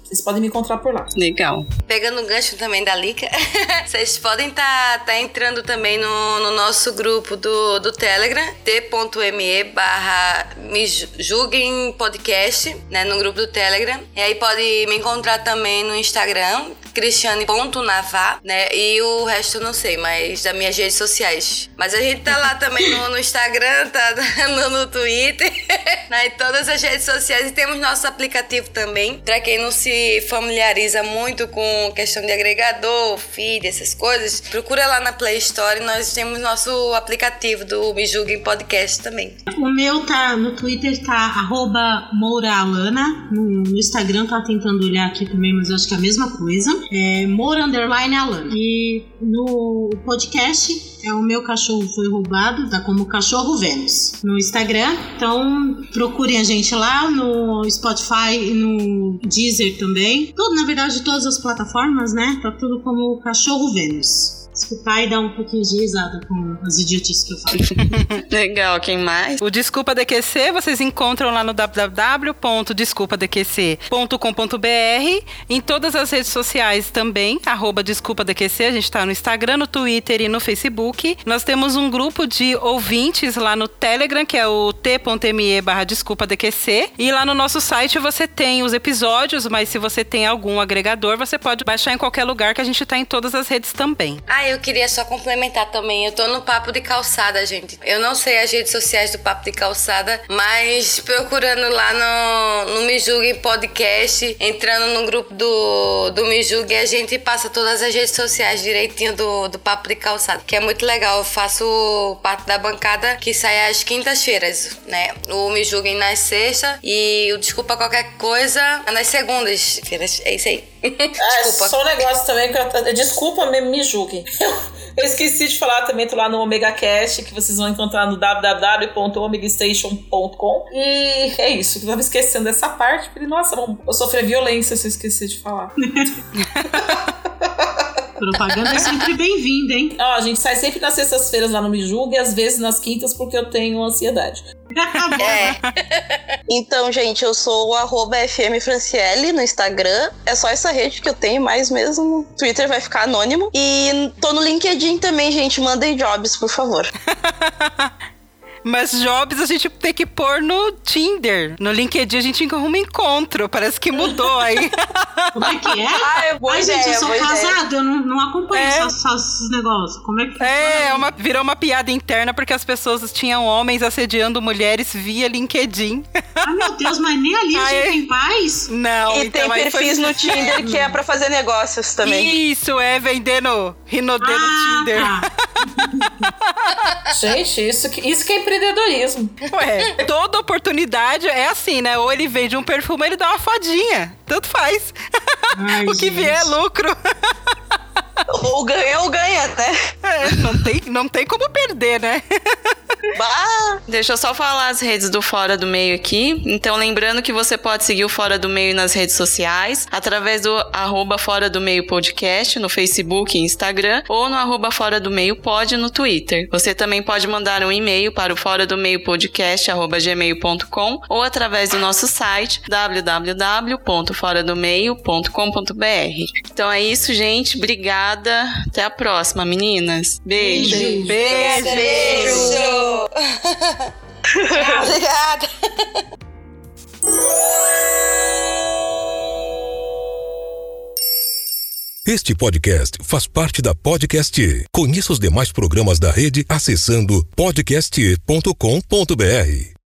Vocês podem me encontrar por lá. Legal. Pegando o gancho também da Lica, vocês podem estar tá, tá entrando também no, no nosso grupo do, do Telegram, t.me barra me julguem podcast, né, no grupo do Telegram. E aí pode me encontrar também no Instagram, cristiane ponto navá, né, e o resto eu não sei, mas das minhas redes sociais. Mas a gente tá lá também no, no Instagram, tá no, no Twitter, né, em todas as redes sociais, e temos nosso aplicativo também, pra quem não se familiariza muito com questão de agregador, feed, essas coisas, procura lá na Play Store, nós temos nosso aplicativo do Me Julguem Podcast também. O meu tá no Twitter, tá arroba mouraalana, no, no Instagram tá tentando olhar aqui também, mas eu acho que é a mesma coisa, é moura underline alana. E no podcast é o meu cachorro foi roubado, tá como Cachorro Vênus no Instagram, então procurem a gente lá no Spotify e no Deezer também, tudo, na verdade, todas as plataformas, né, tá tudo como Cachorro Vênus. Escutar e dar um pouquinho de risada com as idiotices que eu falo. Legal, quem mais? O Desculpa D Q C vocês encontram lá no w w w ponto desculpa d q c ponto com ponto b r, em todas as redes sociais também, arroba Desculpa D Q C, a gente tá no Instagram, no Twitter e no Facebook. Nós temos um grupo de ouvintes lá no Telegram, que é o t.me barra Desculpa D Q C, e lá no nosso site você tem os episódios, mas se você tem algum agregador, você pode baixar em qualquer lugar, que a gente tá em todas as redes também. Ah, eu queria só complementar também. Eu tô no Papo de Calçada, gente. Eu não sei as redes sociais do Papo de Calçada, mas procurando lá no, no Me Julguem Podcast, entrando no grupo do, do Me Julguem, a gente passa todas as redes sociais direitinho do, do Papo de Calçada, que é muito legal. Eu faço parte da bancada que sai às quintas-feiras, né? O Me Julguem nas sextas e o Desculpa Qualquer Coisa nas segundas-feiras. É isso aí. Desculpa. É, só um negócio também que eu, desculpa, me, me julguem. Eu, eu esqueci de falar também, tô lá no Omega Cast, que vocês vão encontrar no w w w ponto omega station ponto com. E é isso, eu tava esquecendo dessa parte. Falei, nossa, eu sofri violência se eu esqueci de falar. Propaganda é sempre bem-vinda, hein? Ó, a gente sai sempre nas sextas-feiras lá no Me Julgue e às vezes nas quintas porque eu tenho ansiedade. É. Então, gente, eu sou o arroba F M Franciele no Instagram. É só essa rede que eu tenho mais mesmo. Twitter vai ficar anônimo. E tô no LinkedIn também, gente. Mandem jobs, por favor. Mas jobs a gente tem que pôr no Tinder. No LinkedIn a gente arruma encontro. Parece que mudou aí. Como é que é? Ah, é boa Ai, ideia, gente, eu sou casada, eu não, não acompanho é. essas, esses negócios. Como é que É, uma, virou uma piada interna porque as pessoas tinham homens assediando mulheres via LinkedIn. Ah, meu Deus, mas nem ali a gente tem paz? Não, e então tem perfis foi... no Tinder que é pra fazer negócios também. Isso, é vendendo Rinodê no ah, Tinder. Tá. Gente, isso que, isso que é empreendedorismo. Ué, toda oportunidade é assim, né? Ou ele vende um perfume, ou ele dá uma fadinha. Tanto faz. Ai, o que gente. vier é lucro. Ou ganha ou ganha, né? É, não tem, não tem como perder, né? Bah! Deixa eu só falar as redes do Fora do Meio aqui. Então, lembrando que você pode seguir o Fora do Meio nas redes sociais, através do arroba Fora do Meio Podcast, no Facebook e Instagram, ou no arroba Fora do Meio Pod no Twitter. Você também pode mandar um e-mail para o fora do meio podcast arroba gmail ponto com ou através do nosso site w w w ponto fora do meio ponto com ponto b r. Então é isso, gente. Obrigada. Até a próxima, meninas. Beijo. Beijo. Beijo. Beijo. Obrigada. Este podcast faz parte da Podcast. Conheça os demais programas da rede acessando podcast ponto com ponto b r.